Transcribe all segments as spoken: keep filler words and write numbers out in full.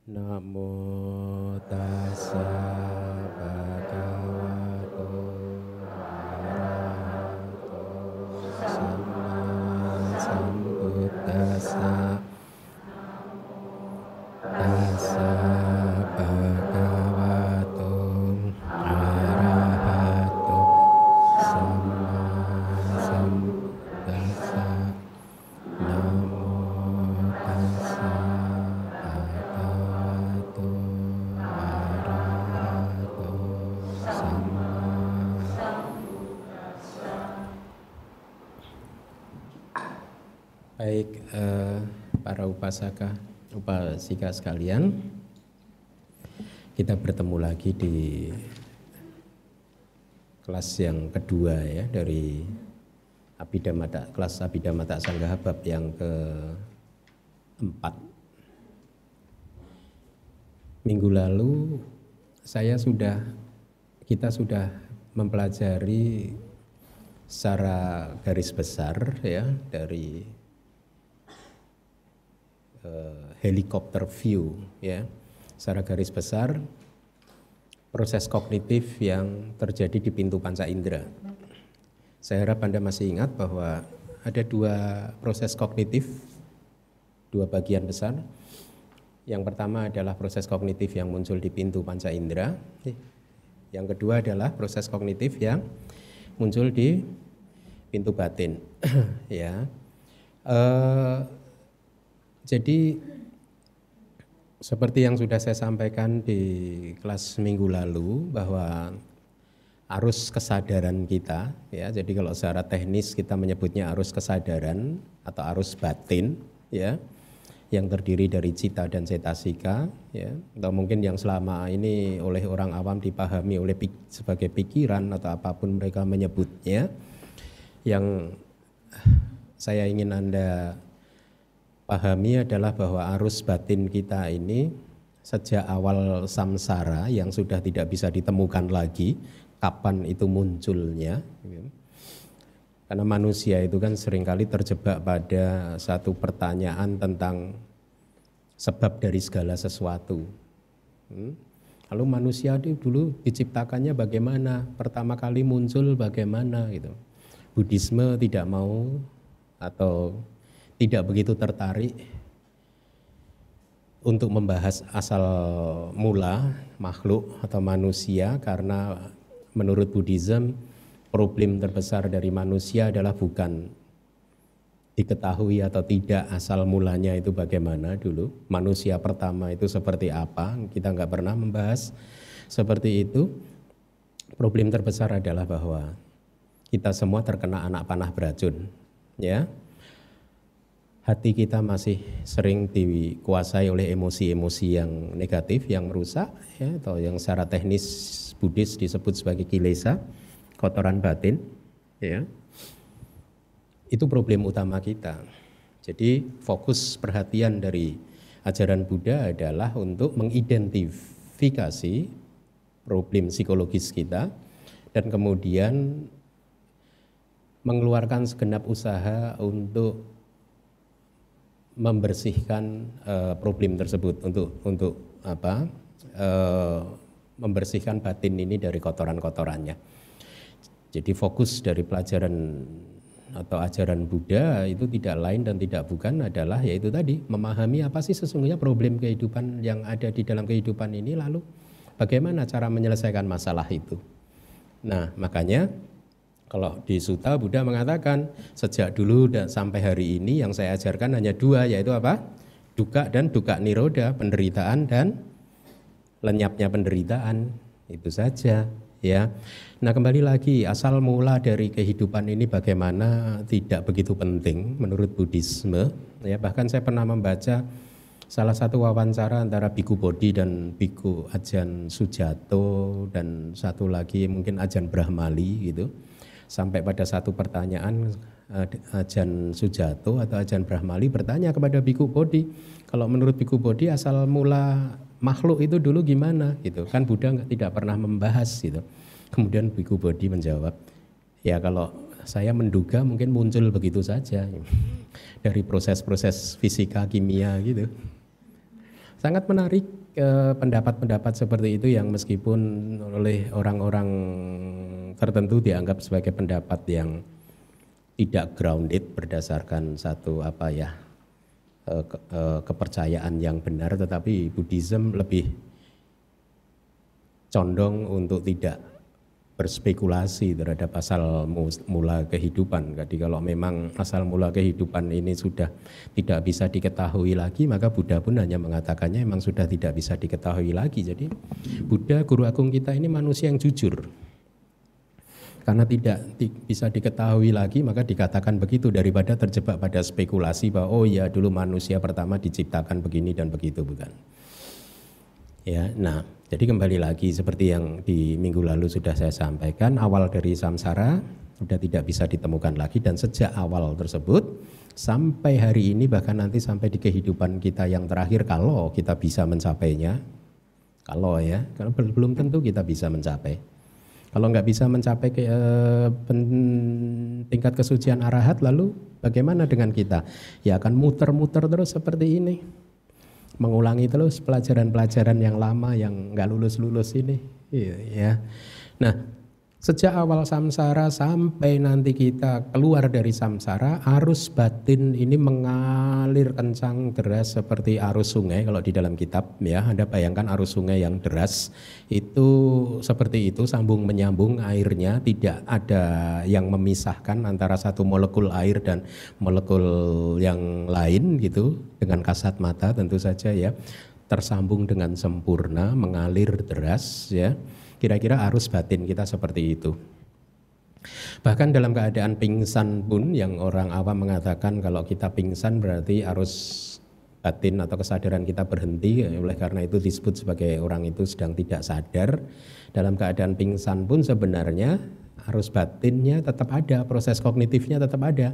Namo tassa bhagavato arahato sama sambuddhassa. Tassa bhagavato arahato sama sambuddhassa. Namo tassa bhagavato arahato sama. Baik, eh, para upasaka, upasika sekalian, kita bertemu lagi di kelas yang kedua ya dari Abhidhamma, kelas Abhidhamma Sanggaha bab yang keempat. Minggu lalu saya sudah, kita sudah mempelajari secara garis besar ya dari uh, helikopter view ya, secara garis besar proses kognitif yang terjadi di pintu panca indera. Saya harap Anda masih ingat bahwa ada dua proses kognitif, dua bagian besar. Yang pertama adalah proses kognitif yang muncul di pintu panca indera. Yang kedua adalah proses kognitif yang muncul di pintu batin. Ya, uh, jadi seperti yang sudah saya sampaikan di kelas minggu lalu bahwa arus kesadaran kita, ya, jadi kalau secara teknis kita menyebutnya arus kesadaran atau arus batin, ya, yang terdiri dari cita dan cetasika, ya, atau mungkin yang selama ini oleh orang awam dipahami oleh sebagai pikiran atau apapun mereka menyebutnya. Yang saya ingin Anda pahami adalah bahwa arus batin kita ini sejak awal samsara yang sudah tidak bisa ditemukan lagi kapan itu munculnya. Karena manusia itu kan seringkali terjebak pada satu pertanyaan tentang sebab dari segala sesuatu. Hmm? Lalu manusia itu dulu diciptakannya bagaimana? Pertama kali muncul bagaimana gitu. Buddhisme tidak mau atau tidak begitu tertarik untuk membahas asal mula makhluk atau manusia, karena menurut Buddhism problem terbesar dari manusia adalah bukan diketahui atau tidak asal mulanya itu bagaimana dulu, manusia pertama itu seperti apa, kita nggak pernah membahas seperti itu. Problem terbesar adalah bahwa kita semua terkena anak panah beracun, ya. Hati kita masih sering dikuasai oleh emosi-emosi yang negatif, yang merusak, ya, atau yang secara teknis Buddhis disebut sebagai kilesa, kotoran batin, ya. Itu problem utama kita. Jadi fokus perhatian dari ajaran Buddha adalah untuk mengidentifikasi problem psikologis kita dan kemudian mengeluarkan segenap usaha untuk membersihkan uh, problem tersebut, untuk untuk apa? Uh, membersihkan batin ini dari kotoran-kotorannya. Jadi fokus dari pelajaran atau ajaran Buddha itu tidak lain dan tidak bukan adalah yaitu tadi memahami apa sih sesungguhnya problem kehidupan yang ada di dalam kehidupan ini, lalu bagaimana cara menyelesaikan masalah itu. Nah, makanya kalau di Sutta Buddha mengatakan sejak dulu dan sampai hari ini yang saya ajarkan hanya dua, yaitu apa? Dukkha dan dukkha nirodha, penderitaan dan lenyapnya penderitaan, itu saja, ya. Nah, kembali lagi asal mula dari kehidupan ini bagaimana tidak begitu penting menurut Buddhisme, ya. Bahkan saya pernah membaca salah satu wawancara antara Biku Bodhi dan Biku Ajahn Sujato dan satu lagi mungkin Ajahn Brahmali gitu. Sampai pada satu pertanyaan Ajahn Sujato atau Ajahn Brahmali bertanya kepada Biku Bodhi, kalau menurut Biku Bodhi asal mula makhluk itu dulu gimana gitu. Kan Buddha tidak pernah membahas gitu. Kemudian Biku Bodhi menjawab, ya kalau saya menduga mungkin muncul begitu saja dari proses-proses fisika kimia gitu. Sangat menarik eh, pendapat-pendapat seperti itu yang meskipun oleh orang-orang tertentu dianggap sebagai pendapat yang tidak grounded berdasarkan satu apa ya eh, ke, eh, kepercayaan yang benar, tetapi Buddhism lebih condong untuk tidak berspekulasi terhadap asal mula kehidupan. Jadi kalau memang asal mula kehidupan ini sudah tidak bisa diketahui lagi, maka Buddha pun hanya mengatakannya memang sudah tidak bisa diketahui lagi. Jadi Buddha, guru agung kita ini manusia yang jujur. Karena tidak di, bisa diketahui lagi, maka dikatakan begitu daripada terjebak pada spekulasi bahwa oh ya dulu manusia pertama diciptakan begini dan begitu, bukan. Ya, nah, jadi kembali lagi seperti yang di minggu lalu sudah saya sampaikan, awal dari samsara sudah tidak bisa ditemukan lagi, dan sejak awal tersebut sampai hari ini, bahkan nanti sampai di kehidupan kita yang terakhir, kalau kita bisa mencapainya, kalau ya, kalau belum tentu kita bisa mencapai. Kalau nggak bisa mencapai ke, eh, pen, tingkat kesucian arahat, lalu bagaimana dengan kita? Ya akan muter-muter terus seperti ini. Mengulangi terus pelajaran-pelajaran yang lama yang nggak lulus-lulus ini, ya. Nah, sejak awal samsara sampai nanti kita keluar dari samsara, arus batin ini mengalir kencang deras seperti arus sungai. Kalau di dalam kitab, ya, Anda bayangkan arus sungai yang deras itu seperti itu, sambung menyambung airnya, tidak ada yang memisahkan antara satu molekul air dan molekul yang lain gitu, dengan kasat mata tentu saja ya, tersambung dengan sempurna, mengalir deras ya. Kira-kira arus batin kita seperti itu. Bahkan dalam keadaan pingsan pun, yang orang awam mengatakan kalau kita pingsan berarti arus batin atau kesadaran kita berhenti, oleh karena itu disebut sebagai orang itu sedang tidak sadar. Dalam keadaan pingsan pun sebenarnya arus batinnya tetap ada, proses kognitifnya tetap ada.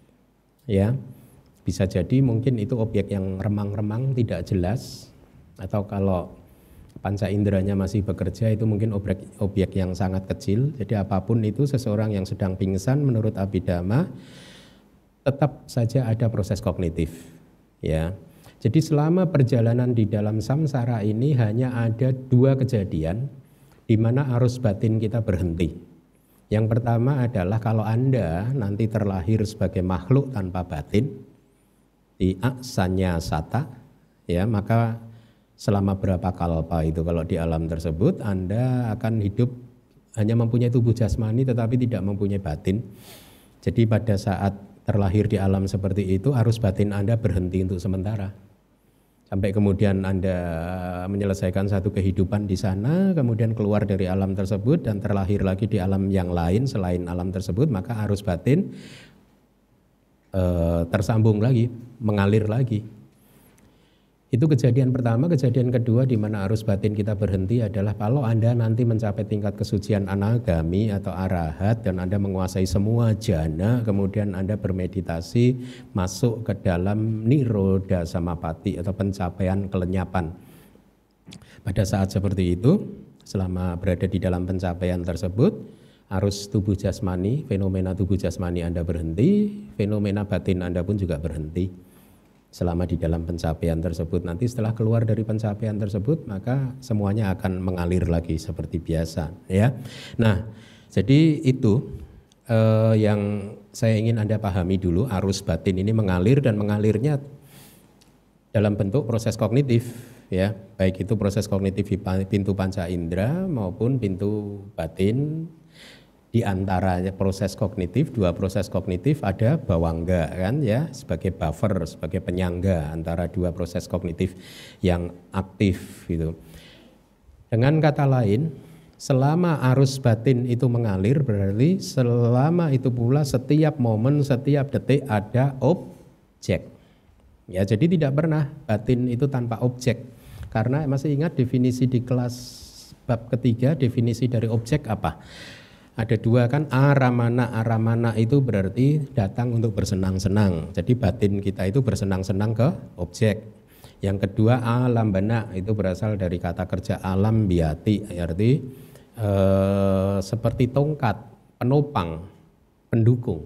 Ya, bisa jadi mungkin itu objek yang remang-remang tidak jelas, atau kalau panca inderanya masih bekerja itu mungkin objek, objek yang sangat kecil. Jadi apapun itu, seseorang yang sedang pingsan menurut Abhidhamma tetap saja ada proses kognitif. Ya, jadi selama perjalanan di dalam samsara ini hanya ada dua kejadian di mana arus batin kita berhenti. Yang pertama adalah kalau Anda nanti terlahir sebagai makhluk tanpa batin di asanya sata, ya, maka selama berapa kalpa itu kalau di alam tersebut Anda akan hidup hanya mempunyai tubuh jasmani tetapi tidak mempunyai batin. Jadi pada saat terlahir di alam seperti itu, arus batin Anda berhenti untuk sementara. Sampai kemudian Anda menyelesaikan satu kehidupan di sana, kemudian keluar dari alam tersebut dan terlahir lagi di alam yang lain selain alam tersebut, maka arus batin eh, tersambung lagi, mengalir lagi. Itu kejadian pertama. Kejadian kedua di mana arus batin kita berhenti adalah kalau Anda nanti mencapai tingkat kesucian anagami atau arahat dan Anda menguasai semua jana, kemudian Anda bermeditasi masuk ke dalam nirodha samapati atau pencapaian kelenyapan. Pada saat seperti itu, selama berada di dalam pencapaian tersebut, arus tubuh jasmani, fenomena tubuh jasmani Anda berhenti, fenomena batin Anda pun juga berhenti. Selama di dalam pencapaian tersebut, nanti setelah keluar dari pencapaian tersebut, maka semuanya akan mengalir lagi seperti biasa, ya. Nah, jadi itu eh, yang saya ingin Anda pahami dulu, arus batin ini mengalir dan mengalirnya dalam bentuk proses kognitif, ya, baik itu proses kognitif di pintu panca indera maupun pintu batin. Di antara proses kognitif, dua proses kognitif ada bawangga kan ya, sebagai buffer, sebagai penyangga antara dua proses kognitif yang aktif gitu. Dengan kata lain, selama arus batin itu mengalir berarti selama itu pula setiap momen, setiap detik ada objek. Ya, jadi tidak pernah batin itu tanpa objek. Karena masih ingat definisi di kelas bab ketiga, definisi dari objek apa? Ada dua kan, aramana. Aramana itu berarti datang untuk bersenang-senang. Jadi batin kita itu bersenang-senang ke objek. Yang kedua alambana, itu berasal dari kata kerja alam biati, arti eh, seperti tongkat, penopang, pendukung.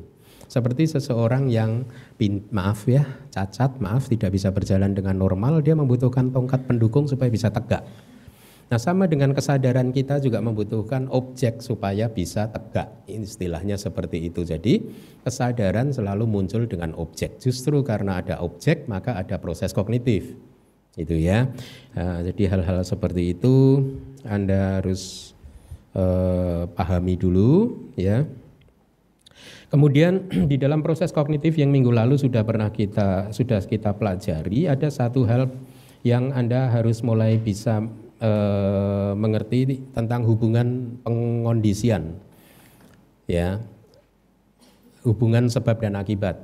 Seperti seseorang yang pin, maaf ya, cacat, maaf tidak bisa berjalan dengan normal, dia membutuhkan tongkat pendukung supaya bisa tegak. Nah, sama dengan kesadaran kita juga membutuhkan objek supaya bisa tegak. Istilahnya seperti itu. Jadi, kesadaran selalu muncul dengan objek. Justru karena ada objek, maka ada proses kognitif. Itu ya. Nah, jadi hal-hal seperti itu Anda harus eh, pahami dulu ya. Kemudian di dalam proses kognitif yang minggu lalu sudah pernah kita sudah kita pelajari, ada satu hal yang Anda harus mulai bisa e, mengerti tentang hubungan pengkondisian, ya, hubungan sebab dan akibat,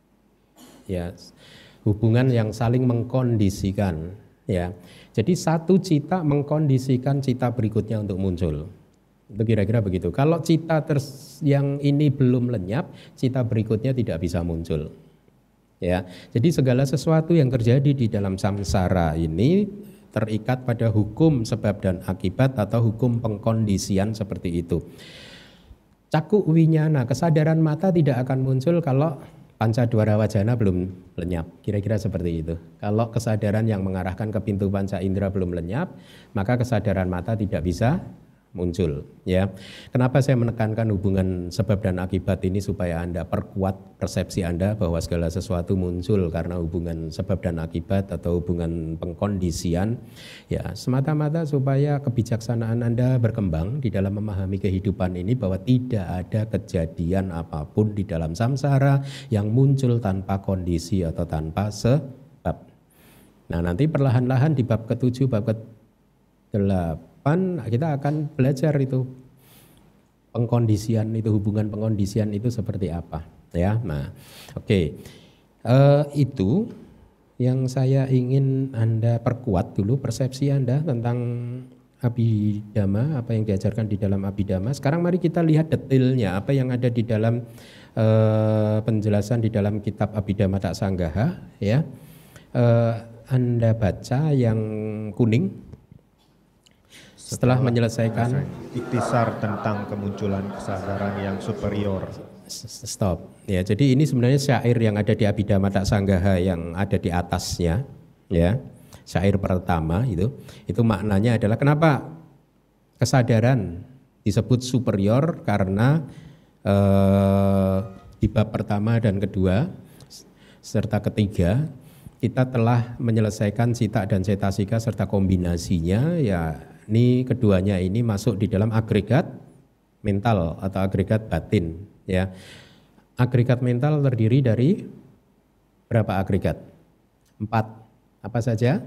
ya, hubungan yang saling mengkondisikan, ya. Jadi satu cita mengkondisikan cita berikutnya untuk muncul. Itu kira-kira begitu. Kalau cita ters yang ini belum lenyap, cita berikutnya tidak bisa muncul. Ya. Jadi segala sesuatu yang terjadi di dalam samsara ini terikat pada hukum sebab dan akibat atau hukum pengkondisian seperti itu. Caku winyana, kesadaran mata tidak akan muncul kalau panca dwara wajana belum lenyap. Kira-kira seperti itu. Kalau kesadaran yang mengarahkan ke pintu panca indera belum lenyap, maka kesadaran mata tidak bisa muncul, ya. Kenapa saya menekankan hubungan sebab dan akibat ini supaya Anda perkuat persepsi Anda bahwa segala sesuatu muncul karena hubungan sebab dan akibat atau hubungan pengkondisian, ya, semata-mata supaya kebijaksanaan Anda berkembang di dalam memahami kehidupan ini bahwa tidak ada kejadian apapun di dalam samsara yang muncul tanpa kondisi atau tanpa sebab. Nah, nanti perlahan-lahan di bab ketujuh, bab kedelapan kita akan belajar itu pengkondisian itu, hubungan pengkondisian itu seperti apa, ya. Nah, oke, okay. uh, itu yang saya ingin Anda perkuat dulu persepsi Anda tentang Abhidhamma, apa yang diajarkan di dalam Abhidhamma. Sekarang mari kita lihat detailnya apa yang ada di dalam uh, penjelasan di dalam kitab Abhidhamma Sanggaha, ya. Uh, Anda baca yang kuning. Setelah, Setelah menyelesaikan iktisar tentang kemunculan kesadaran yang superior. Stop. Ya, jadi ini sebenarnya syair yang ada di Abhidhamma Sanggaha yang ada di atasnya, ya. Syair pertama itu, itu maknanya adalah kenapa kesadaran disebut superior karena eh, di bab pertama dan kedua serta ketiga kita telah menyelesaikan cita dan cetasika serta kombinasinya, ya. Ini keduanya ini masuk di dalam agregat mental atau agregat batin, ya. Agregat mental terdiri dari berapa agregat? Empat. Apa saja?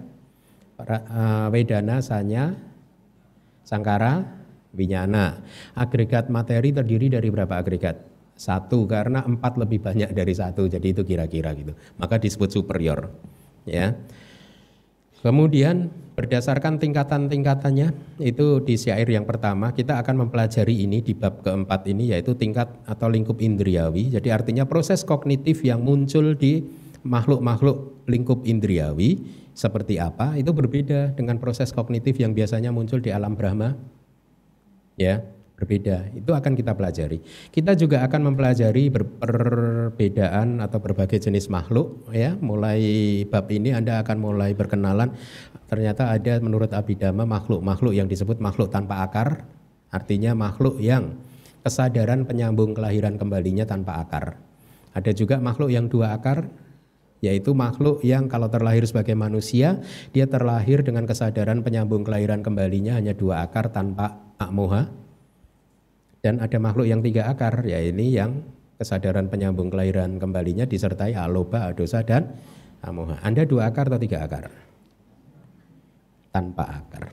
Wedana, sanya, sangkara, winyana. Agregat materi terdiri dari berapa agregat? Satu, karena empat lebih banyak dari satu, jadi itu kira-kira gitu. Maka disebut superior, ya. Kemudian berdasarkan tingkatan-tingkatannya itu di syair yang pertama kita akan mempelajari ini di bab keempat ini, yaitu tingkat atau lingkup indriawi. Jadi artinya proses kognitif yang muncul di makhluk-makhluk lingkup indriawi seperti apa, itu berbeda dengan proses kognitif yang biasanya muncul di alam Brahma, ya, berbeda. Itu akan kita pelajari. Kita juga akan mempelajari perbedaan atau berbagai jenis makhluk, ya. Mulai bab ini Anda akan mulai berkenalan. Ternyata ada menurut Abhidhamma makhluk-makhluk yang disebut makhluk tanpa akar, artinya makhluk yang kesadaran penyambung kelahiran kembalinya tanpa akar. Ada juga makhluk yang dua akar, yaitu makhluk yang kalau terlahir sebagai manusia, dia terlahir dengan kesadaran penyambung kelahiran kembalinya hanya dua akar tanpa akmoha. Dan ada makhluk yang tiga akar, ya ini yang kesadaran penyambung kelahiran kembalinya disertai aloba, adosa, dan amoha. Anda dua akar atau tiga akar? Tanpa akar.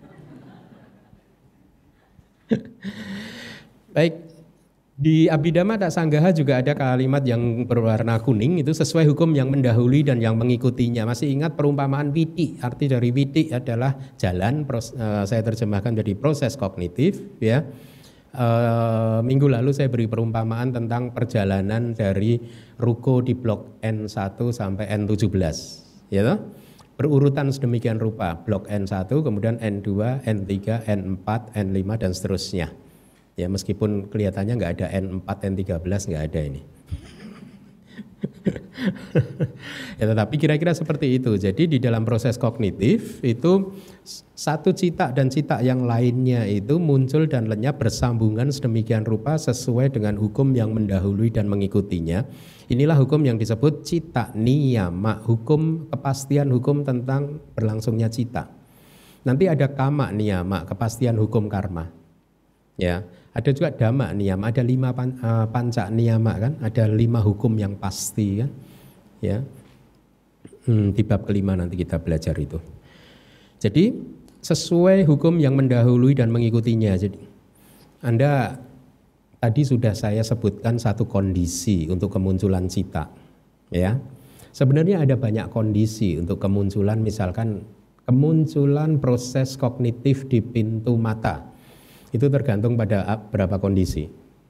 Baik, di Abhidhamma Sanggaha juga ada kalimat yang berwarna kuning, itu sesuai hukum yang mendahului dan yang mengikutinya. Masih ingat perumpamaan witi? Arti dari witi adalah jalan, pros, uh, saya terjemahkan jadi proses kognitif, ya. Uh, minggu lalu saya beri perumpamaan tentang perjalanan dari ruko di blok N satu sampai N tujuh belas, ya toh? Berurutan sedemikian rupa, blok N satu, kemudian N dua, N tiga, N empat, N lima, dan seterusnya. Ya, meskipun kelihatannya nggak ada N empat, N tiga belas, nggak ada ini. Ya, tetapi kira-kira seperti itu. Jadi di dalam proses kognitif itu satu cita dan cita yang lainnya itu muncul dan lenyap bersambungan sedemikian rupa sesuai dengan hukum yang mendahului dan mengikutinya. Inilah hukum yang disebut cita niyama, hukum kepastian hukum tentang berlangsungnya cita. Nanti ada kama niyama, kepastian hukum karma. Ya, ada juga dhamma niyama, ada lima pan, uh, panca niyama kan, ada lima hukum yang pasti kan. Ya, hmm, di bab kelima nanti kita belajar itu. Jadi sesuai hukum yang mendahului dan mengikutinya. Jadi Anda tadi sudah saya sebutkan satu kondisi untuk kemunculan cita. Ya, sebenarnya ada banyak kondisi untuk kemunculan, misalkan kemunculan proses kognitif di pintu mata. Itu tergantung pada berapa kondisi.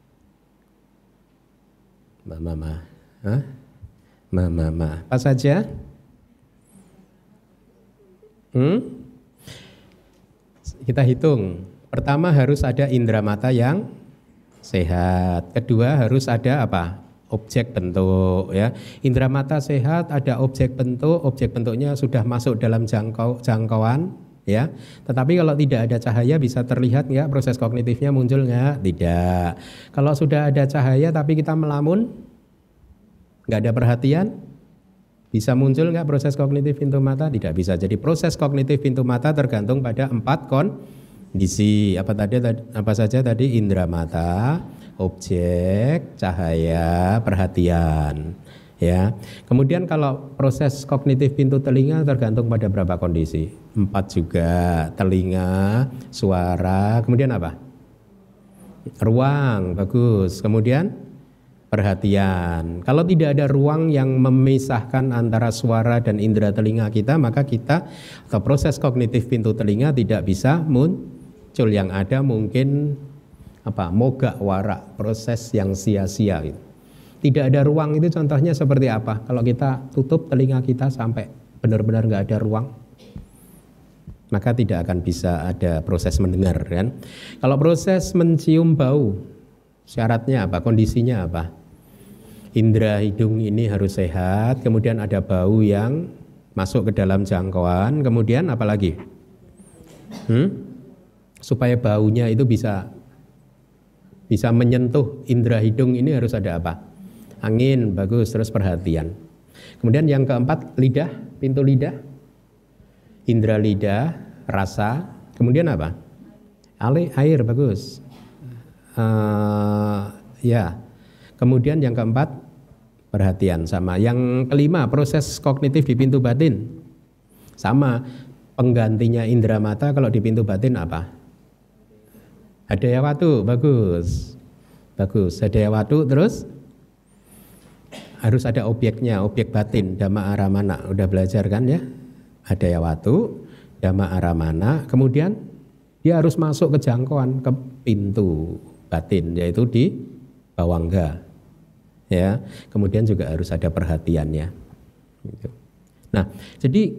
Mama, mama, Hah? mama, mama. Apa saja? Hmm? Kita hitung. Pertama harus ada indera mata yang sehat. Kedua harus ada apa? Objek bentuk. Ya. Indera mata sehat, ada objek bentuk. Objek bentuknya sudah masuk dalam jangkau jangkauan. Ya, tetapi kalau tidak ada cahaya bisa terlihat nggak proses kognitifnya muncul nggak? Tidak. Kalau sudah ada cahaya tapi kita melamun, nggak ada perhatian, bisa muncul nggak proses kognitif pintu mata? Tidak bisa. Jadi proses kognitif pintu mata tergantung pada empat kondisi. Apa tadi? Apa saja tadi? Indera mata, objek, cahaya, perhatian. Ya, kemudian kalau proses kognitif pintu telinga tergantung pada berapa kondisi? Empat juga, telinga, suara, kemudian apa? Ruang, bagus. Kemudian perhatian. Kalau tidak ada ruang yang memisahkan antara suara dan indera telinga kita, maka kita atau proses kognitif pintu telinga tidak bisa muncul. Yang ada mungkin apa? Moga wara, proses yang sia-sia gitu. Tidak ada ruang itu contohnya seperti apa? Kalau kita tutup telinga kita sampai benar-benar nggak ada ruang, maka tidak akan bisa ada proses mendengar kan. Kalau proses mencium bau, syaratnya apa? Kondisinya apa? Indera hidung ini harus sehat, kemudian ada bau yang masuk ke dalam jangkauan, kemudian apa lagi? Hmm? Supaya baunya itu bisa bisa menyentuh indera hidung ini harus ada apa? Angin, bagus, terus perhatian. Kemudian yang keempat, lidah, pintu lidah. Indera lidah, rasa. Kemudian apa? Ale, air, bagus. Uh, ya. Kemudian yang keempat, perhatian sama. Yang kelima, proses kognitif di pintu batin. Sama. Penggantinya indera mata kalau di pintu batin apa? Hadayawatu, bagus. Bagus, hadayawatu, terus harus ada objeknya, objek batin, dhamma aramana. Udah belajar kan ya? Hadayawatu, dhamma aramana. Kemudian dia harus masuk ke jangkauan, ke pintu batin, yaitu di bawangga. Ya. Kemudian juga harus ada perhatiannya. Nah, jadi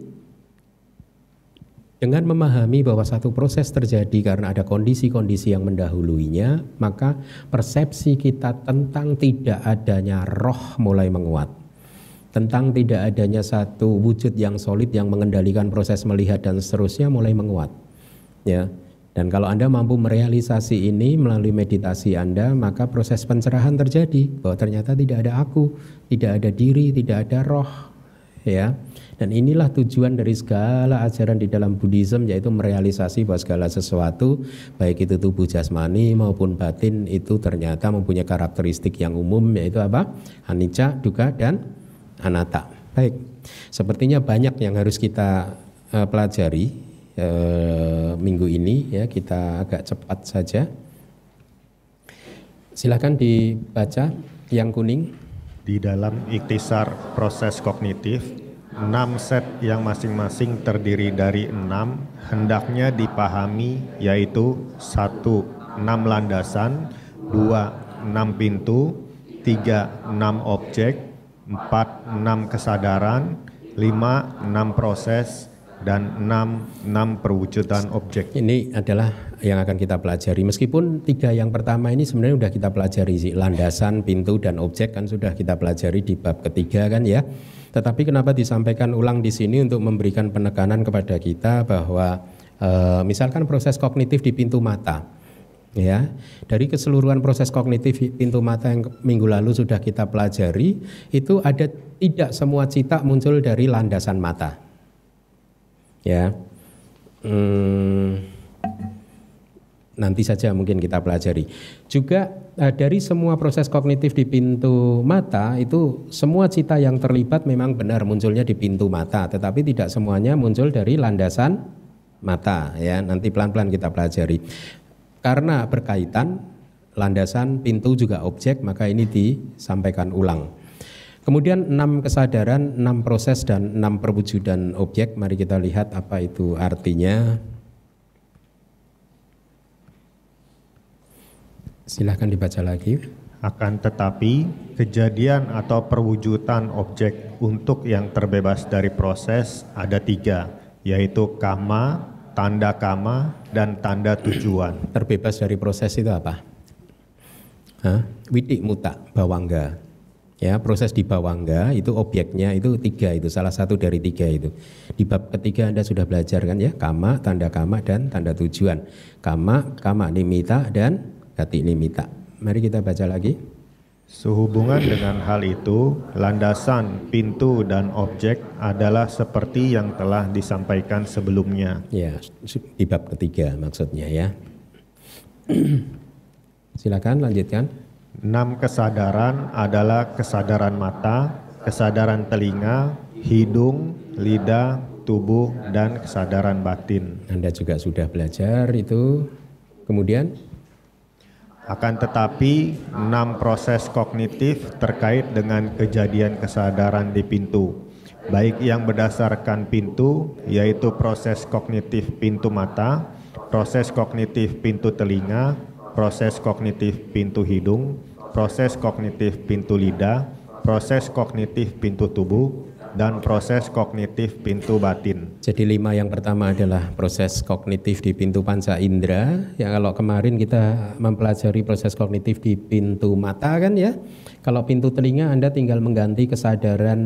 dengan memahami bahwa satu proses terjadi karena ada kondisi-kondisi yang mendahuluinya, maka persepsi kita tentang tidak adanya roh mulai menguat. Tentang tidak adanya satu wujud yang solid yang mengendalikan proses melihat dan seterusnya mulai menguat. Ya. Dan kalau Anda mampu merealisasi ini melalui meditasi Anda, maka proses pencerahan terjadi bahwa ternyata tidak ada aku, tidak ada diri, tidak ada roh. Ya. Dan inilah tujuan dari segala ajaran di dalam Buddhism, yaitu merealisasi bahwa segala sesuatu, baik itu tubuh jasmani maupun batin, itu ternyata mempunyai karakteristik yang umum, yaitu apa? Anicca, dukkha, dan anatta. Baik, sepertinya banyak yang harus kita uh, pelajari uh, minggu ini, ya, kita agak cepat saja. Silakan dibaca yang kuning. Di dalam ikhtisar proses kognitif, enam set yang masing-masing terdiri dari enam hendaknya dipahami, yaitu satu. enam landasan, dua. enam pintu, tiga. enam objek, empat. enam kesadaran, lima. enam proses, dan enam, enam perwujudan objek. Ini adalah yang akan kita pelajari. Meskipun tiga yang pertama ini sebenarnya sudah kita pelajari sih, landasan, pintu, dan objek kan sudah kita pelajari di bab ketiga kan ya. Tetapi kenapa disampaikan ulang di sini untuk memberikan penekanan kepada kita bahwa e, misalkan proses kognitif di pintu mata. Ya, dari keseluruhan proses kognitif pintu mata yang minggu lalu sudah kita pelajari, itu ada tidak semua cita muncul dari landasan mata. Ya, hmm, nanti saja mungkin kita pelajari. Juga eh, dari semua proses kognitif di pintu mata itu semua cita yang terlibat memang benar munculnya di pintu mata, tetapi tidak semuanya muncul dari landasan mata. Ya, nanti pelan-pelan kita pelajari. Karena berkaitan landasan, pintu juga objek, maka ini disampaikan ulang. Kemudian enam kesadaran, enam proses dan enam perwujudan objek. Mari kita lihat apa itu artinya. Silahkan dibaca lagi. Akan tetapi kejadian atau perwujudan objek untuk yang terbebas dari proses ada tiga, yaitu kama, tanda kama, dan tanda tujuan. Terbebas dari proses itu apa? Hah? Widik muta, bawangga. Ya, proses di bawangga itu objeknya itu tiga, itu salah satu dari tiga itu. Di bab ketiga Anda sudah belajar kan ya, kama, tanda kama, dan tanda tujuan. Kama, kama nimita, dan gati nimita. Mari kita baca lagi. Sehubungan dengan hal itu, landasan, pintu, dan objek adalah seperti yang telah disampaikan sebelumnya. Ya, di bab ketiga maksudnya ya. Silakan lanjutkan. Enam kesadaran adalah kesadaran mata, kesadaran telinga, hidung, lidah, tubuh, dan kesadaran batin. Anda juga sudah belajar itu. Kemudian? Akan tetapi enam proses kognitif terkait dengan kejadian kesadaran di pintu, baik yang berdasarkan pintu, yaitu proses kognitif pintu mata, proses kognitif pintu telinga, proses kognitif pintu hidung, proses kognitif pintu lidah, proses kognitif pintu tubuh, dan proses kognitif pintu batin. Jadi lima yang pertama adalah proses kognitif di pintu panca indera. Ya, kalau kemarin kita mempelajari proses kognitif di pintu mata kan ya. Kalau pintu telinga Anda tinggal mengganti kesadaran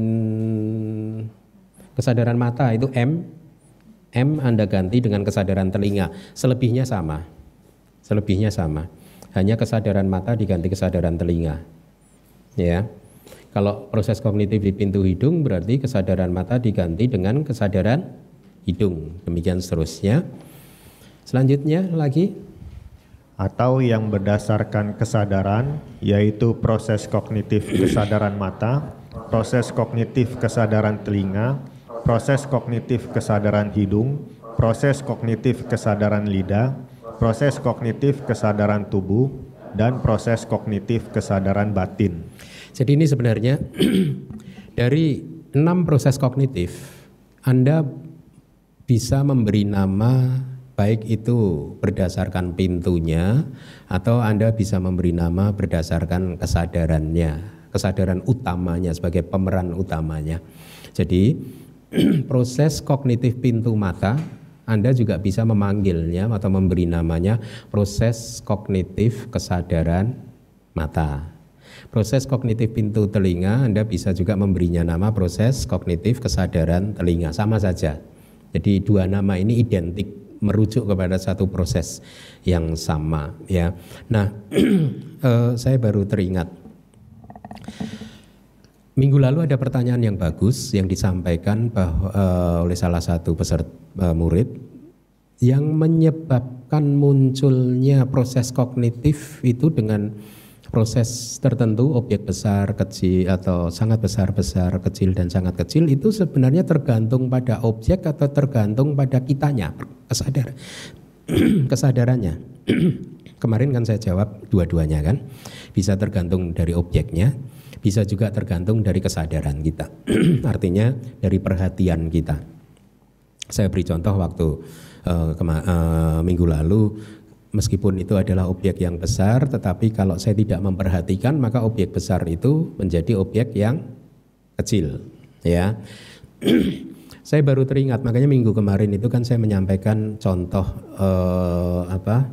kesadaran mata itu M. M Anda ganti dengan kesadaran telinga. Selebihnya sama. Selebihnya sama. Hanya kesadaran mata diganti kesadaran telinga. Ya. Kalau proses kognitif di pintu hidung berarti kesadaran mata diganti dengan kesadaran hidung. Demikian seterusnya. Selanjutnya lagi. Atau yang berdasarkan kesadaran, yaitu proses kognitif kesadaran mata, proses kognitif kesadaran telinga, proses kognitif kesadaran hidung, proses kognitif kesadaran lidah, proses kognitif kesadaran tubuh, dan proses kognitif kesadaran batin. Jadi ini sebenarnya dari enam proses kognitif Anda bisa memberi nama baik itu berdasarkan pintunya atau Anda bisa memberi nama berdasarkan kesadarannya, kesadaran utamanya sebagai pemeran utamanya. Jadi proses kognitif pintu mata Anda juga bisa memanggilnya atau memberi namanya proses kognitif kesadaran mata. Proses kognitif pintu telinga Anda bisa juga memberinya nama proses kognitif kesadaran telinga, sama saja. Jadi dua nama ini identik, merujuk kepada satu proses yang sama ya. Nah, eh, saya baru teringat minggu lalu ada pertanyaan yang bagus yang disampaikan bahwa, eh, oleh salah satu peserta eh, murid yang menyebabkan munculnya proses kognitif itu dengan proses tertentu, objek besar, kecil, atau sangat besar, besar, kecil, dan sangat kecil itu sebenarnya tergantung pada objek atau tergantung pada kitanya, kesadar, kesadarannya. Kemarin kan saya jawab dua-duanya kan, bisa tergantung dari objeknya, bisa juga tergantung dari kesadaran kita, artinya dari perhatian kita. Saya beri contoh waktu uh, kema- uh, minggu lalu. Meskipun itu adalah objek yang besar, tetapi kalau saya tidak memperhatikan, maka objek besar itu menjadi objek yang kecil. Ya, Saya baru teringat, makanya minggu kemarin itu kan saya menyampaikan contoh eh, apa?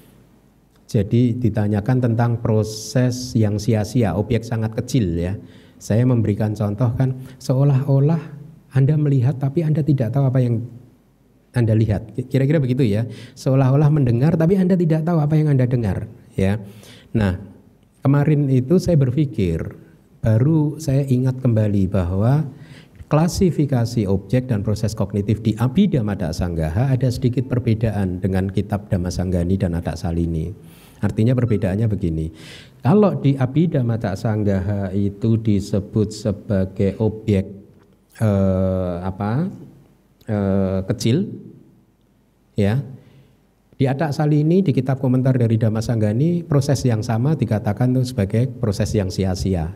Jadi ditanyakan tentang proses yang sia-sia, objek sangat kecil ya. Saya memberikan contoh kan seolah-olah Anda melihat tapi Anda tidak tahu apa yang Anda lihat. Kira-kira begitu ya. Seolah-olah mendengar tapi Anda tidak tahu apa yang Anda dengar ya. Nah, kemarin itu saya berpikir, baru saya ingat kembali bahwa klasifikasi objek dan proses kognitif di Abhidhamma Sanggaha ada sedikit perbedaan dengan kitab Dhammasanggani dan Adak Salini. Artinya perbedaannya begini. Kalau di Abhidhamma Sanggaha itu disebut sebagai objek eh, apa eh, kecil, ya. Di Adak Salini di kitab komentar dari Dhammasanggani proses yang sama dikatakan itu sebagai proses yang sia-sia.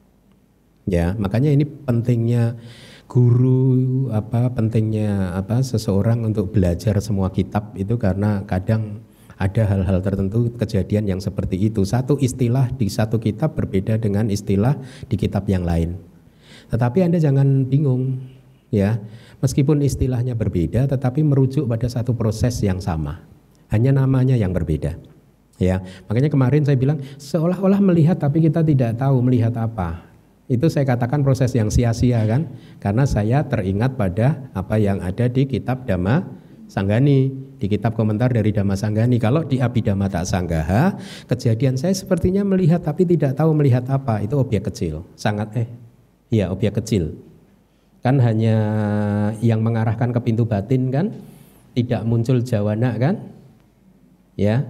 Ya, makanya ini pentingnya guru, apa pentingnya apa seseorang untuk belajar semua kitab itu karena kadang ada hal-hal tertentu kejadian yang seperti itu. Satu istilah di satu kitab berbeda dengan istilah di kitab yang lain. Tetapi Anda jangan bingung ya. Meskipun istilahnya berbeda tetapi merujuk pada satu proses yang sama. Hanya namanya yang berbeda. Ya, makanya kemarin saya bilang seolah-olah melihat tapi kita tidak tahu melihat apa. Itu saya katakan proses yang sia-sia kan, karena saya teringat pada apa yang ada di kitab Dhammasanggani, di kitab komentar dari Dhammasanggani. Kalau di Abhidhamma Sanggaha, kejadian saya sepertinya melihat tapi tidak tahu melihat apa, itu objek kecil, sangat eh, iya objek kecil. Kan hanya yang mengarahkan ke pintu batin kan, tidak muncul jawana kan, ya.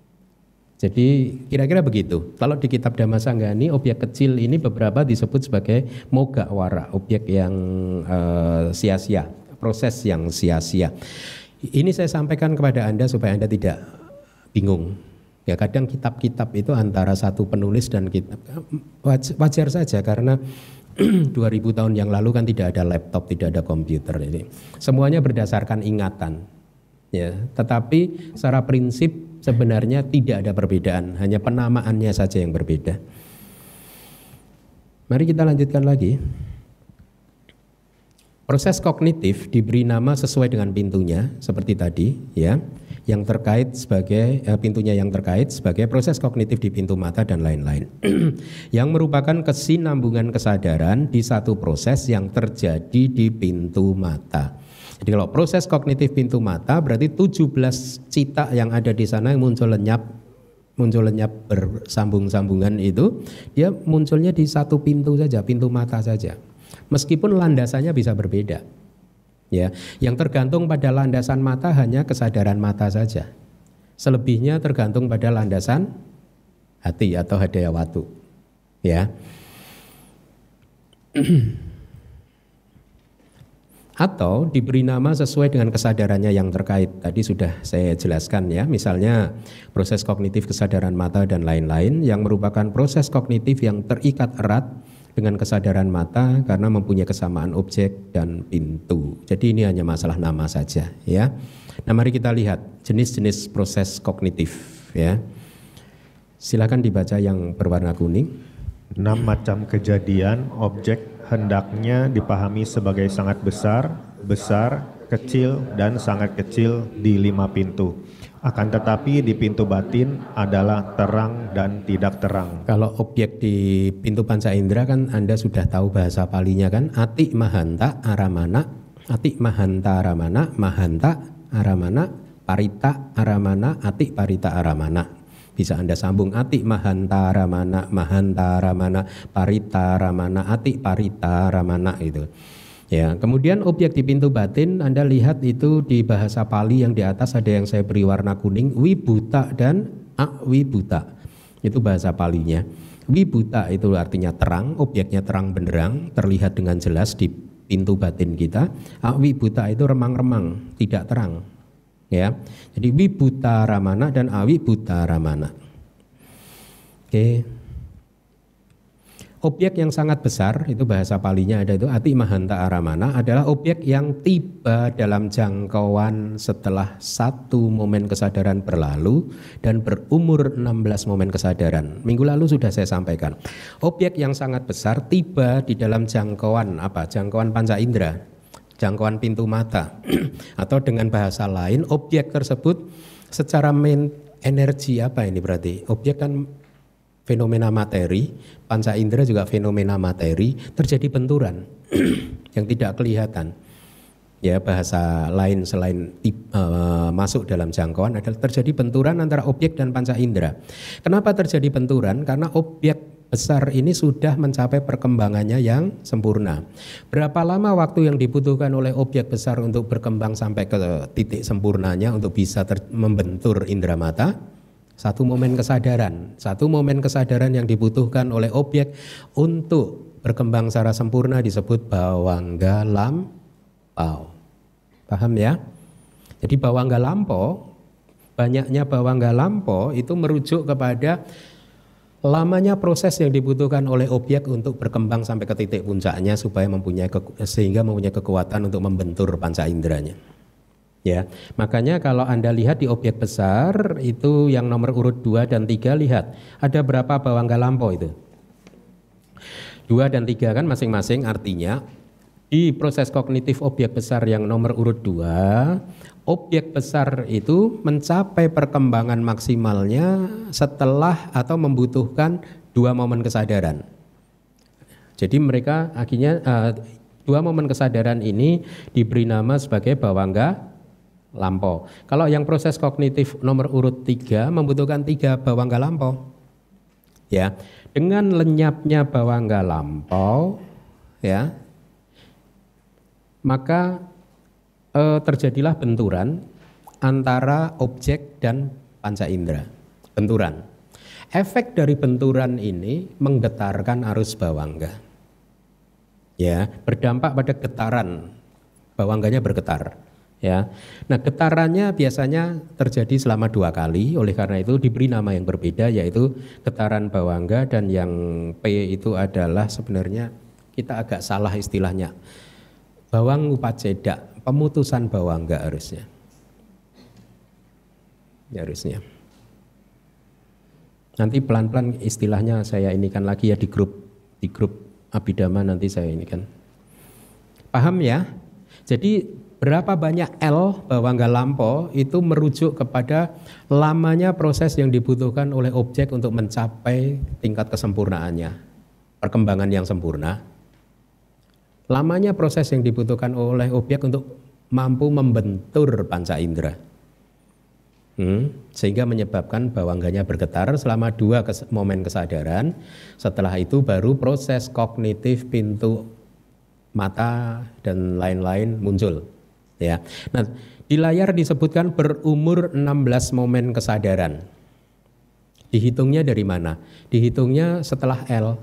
Jadi kira-kira begitu. Kalau di kitab Dhammasanggani objek kecil ini beberapa disebut sebagai moga wara, objek yang uh, sia-sia, proses yang sia-sia. Ini saya sampaikan kepada Anda supaya Anda tidak bingung. Ya kadang kitab-kitab itu antara satu penulis dan kitab wajar saja karena dua ribu tahun yang lalu kan tidak ada laptop, tidak ada komputer ini. Semuanya berdasarkan ingatan. Ya, tetapi secara prinsip sebenarnya tidak ada perbedaan, hanya penamaannya saja yang berbeda. Mari kita lanjutkan lagi. Proses kognitif diberi nama sesuai dengan pintunya, seperti tadi, ya, yang terkait sebagai eh, pintunya yang terkait sebagai proses kognitif di pintu mata dan lain-lain, yang merupakan kesinambungan kesadaran di satu proses yang terjadi di pintu mata. Jadi kalau proses kognitif pintu mata berarti tujuh belas cita yang ada di sana yang muncul lenyap, muncul lenyap bersambung-sambungan itu, dia munculnya di satu pintu saja, pintu mata saja. Meskipun landasannya bisa berbeda. Ya, yang tergantung pada landasan mata hanya kesadaran mata saja. Selebihnya tergantung pada landasan hati atau hadaya watu. Ya. Atau diberi nama sesuai dengan kesadarannya yang terkait. Tadi sudah saya jelaskan ya, misalnya proses kognitif kesadaran mata dan lain-lain yang merupakan proses kognitif yang terikat erat dengan kesadaran mata karena mempunyai kesamaan objek dan pintu. Jadi ini hanya masalah nama saja ya. Nah, mari kita lihat jenis-jenis proses kognitif ya. Silakan dibaca yang berwarna kuning. Enam macam kejadian objek hendaknya dipahami sebagai sangat besar, besar, kecil, dan sangat kecil di lima pintu. Akan tetapi di pintu batin adalah terang dan tidak terang. Kalau objek di pintu panca indera kan Anda sudah tahu bahasa palinya kan, ati mahanta aramana, ati mahanta aramana, mahanta aramana, parita aramana, ati parita aramana. Bisa Anda sambung ati mahanta ramana, mahanta ramana, parita ramana, ati parita ramana itu. Ya, kemudian objek di pintu batin Anda lihat itu di bahasa Pali yang di atas ada yang saya beri warna kuning, wibuta dan awibuta. Itu bahasa Palinya. Wibuta itu artinya terang, objeknya terang benderang, terlihat dengan jelas di pintu batin kita. Awibuta itu remang-remang, tidak terang. Ya, jadi wibuta ramana dan awibuta ramana. Oke. Objek yang sangat besar itu bahasa Palinya ada itu ati mahanta aramana adalah objek yang tiba dalam jangkauan setelah satu momen kesadaran berlalu dan berumur enam belas momen kesadaran. Minggu lalu sudah saya sampaikan. Objek yang sangat besar tiba di dalam jangkauan apa? Jangkauan panca indera. jangkauan pintu mata. Atau dengan bahasa lain, objek tersebut secara main energi apa ini berarti? Objek kan fenomena materi, panca indera juga fenomena materi, terjadi benturan yang tidak kelihatan. Ya, bahasa lain selain uh, masuk dalam jangkauan adalah terjadi benturan antara objek dan panca indera. Kenapa terjadi benturan? Karena objek besar ini sudah mencapai perkembangannya yang sempurna. Berapa lama waktu yang dibutuhkan oleh objek besar untuk berkembang sampai ke titik sempurnanya untuk bisa ter- membentur indera mata? Satu momen kesadaran. Satu momen kesadaran yang dibutuhkan oleh objek untuk berkembang secara sempurna disebut bawangga lampau. Paham ya? Jadi bawangga lampau, banyaknya bawangga lampau itu merujuk kepada lamanya proses yang dibutuhkan oleh objek untuk berkembang sampai ke titik puncaknya supaya mempunyai ke, sehingga mempunyai kekuatan untuk membentur panca inderanya. Ya, makanya kalau Anda lihat di objek besar itu yang nomor urut dua dan tiga, lihat ada berapa bawangga lampau itu. dua dan tiga kan masing-masing, artinya di proses kognitif objek besar yang nomor urut dua, objek besar itu mencapai perkembangan maksimalnya setelah atau membutuhkan dua momen kesadaran. Jadi mereka akhirnya uh, dua momen kesadaran ini diberi nama sebagai bawangga lampau. Kalau yang proses kognitif nomor urut tiga membutuhkan tiga bawangga lampau. Ya, dengan lenyapnya bawangga lampau, ya, maka eh, terjadilah benturan antara objek dan panca indera. Benturan. Efek dari benturan ini menggetarkan arus bawangga. Ya, berdampak pada getaran. Bawangganya bergetar. Ya. Nah, getarannya biasanya terjadi selama dua kali. Oleh karena itu diberi nama yang berbeda, yaitu getaran bawangga, dan yang P itu adalah sebenarnya kita agak salah istilahnya. Bawang upaceda, pemutusan bawangga harusnya. Ya, harusnya. Nanti pelan-pelan istilahnya saya inikan lagi ya di grup di grup Abhidhamma nanti saya inikan. Paham ya? Jadi berapa banyak L bawangga lampau itu merujuk kepada lamanya proses yang dibutuhkan oleh objek untuk mencapai tingkat kesempurnaannya, perkembangan yang sempurna. Lamanya proses yang dibutuhkan oleh objek untuk mampu membentur panca indera, hmm, sehingga menyebabkan bawangganya bergetar selama dua kes- momen kesadaran. Setelah itu baru proses kognitif pintu mata dan lain-lain muncul. Ya, nah di layar disebutkan berumur enam belas momen kesadaran. Dihitungnya dari mana? Dihitungnya setelah L.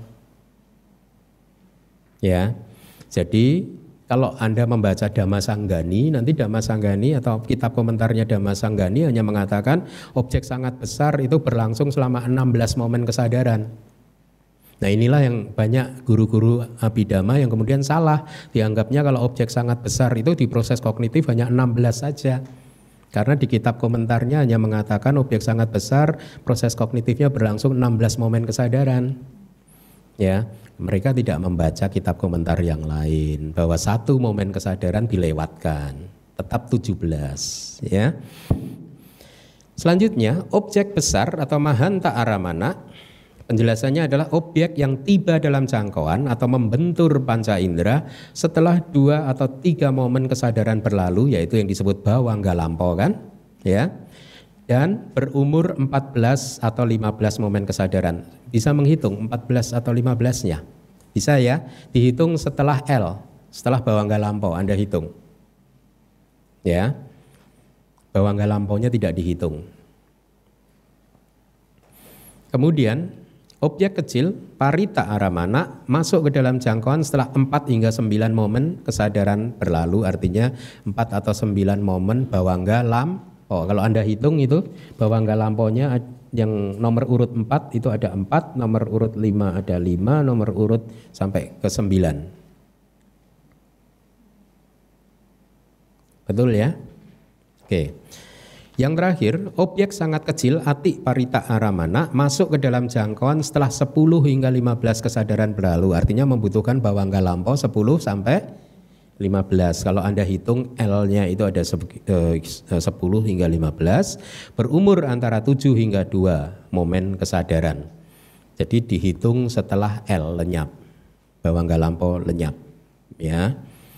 Ya. Jadi kalau Anda membaca Dhamma Sanggani, nanti Dhamma Sanggani atau kitab komentarnya Dhamma Sanggani hanya mengatakan objek sangat besar itu berlangsung selama enam belas momen kesadaran. Nah, inilah yang banyak guru-guru Abhidhamma yang kemudian salah. Dianggapnya kalau objek sangat besar itu di proses kognitif hanya enam belas saja. Karena di kitab komentarnya hanya mengatakan objek sangat besar, proses kognitifnya berlangsung enam belas momen kesadaran. Ya, mereka tidak membaca kitab komentar yang lain bahwa satu momen kesadaran dilewatkan, tetap tujuh belas, ya. Selanjutnya, objek besar atau mahanta aramana, penjelasannya adalah objek yang tiba dalam jangkauan atau membentur panca indera setelah dua atau tiga momen kesadaran berlalu, yaitu yang disebut bawangga lampau kan, ya. Dan berumur empat belas atau lima belas momen kesadaran. Bisa menghitung empat belas atau lima belas-nya? Bisa ya, dihitung setelah L, setelah bawangga lampau Anda hitung. Ya. Bawangga lampaunya tidak dihitung. Kemudian objek kecil parita aramana masuk ke dalam jangkauan setelah empat hingga sembilan momen kesadaran berlalu, artinya empat atau sembilan momen bawangga lampau. Oh, kalau Anda hitung itu bawangga lampaunya yang nomor urut empat itu ada empat, nomor urut lima ada lima, nomor urut sampai ke sembilan. Betul ya? Oke. Yang terakhir, objek sangat kecil ati parita aramana masuk ke dalam jangkauan setelah sepuluh hingga lima belas kesadaran berlalu, artinya membutuhkan bawangga lampau sepuluh sampai lima belas. Kalau Anda hitung L-nya itu ada sepuluh hingga lima belas, berumur antara tujuh hingga dua momen kesadaran. Jadi dihitung setelah L lenyap, bahwa nggak lampau lenyap. Ya.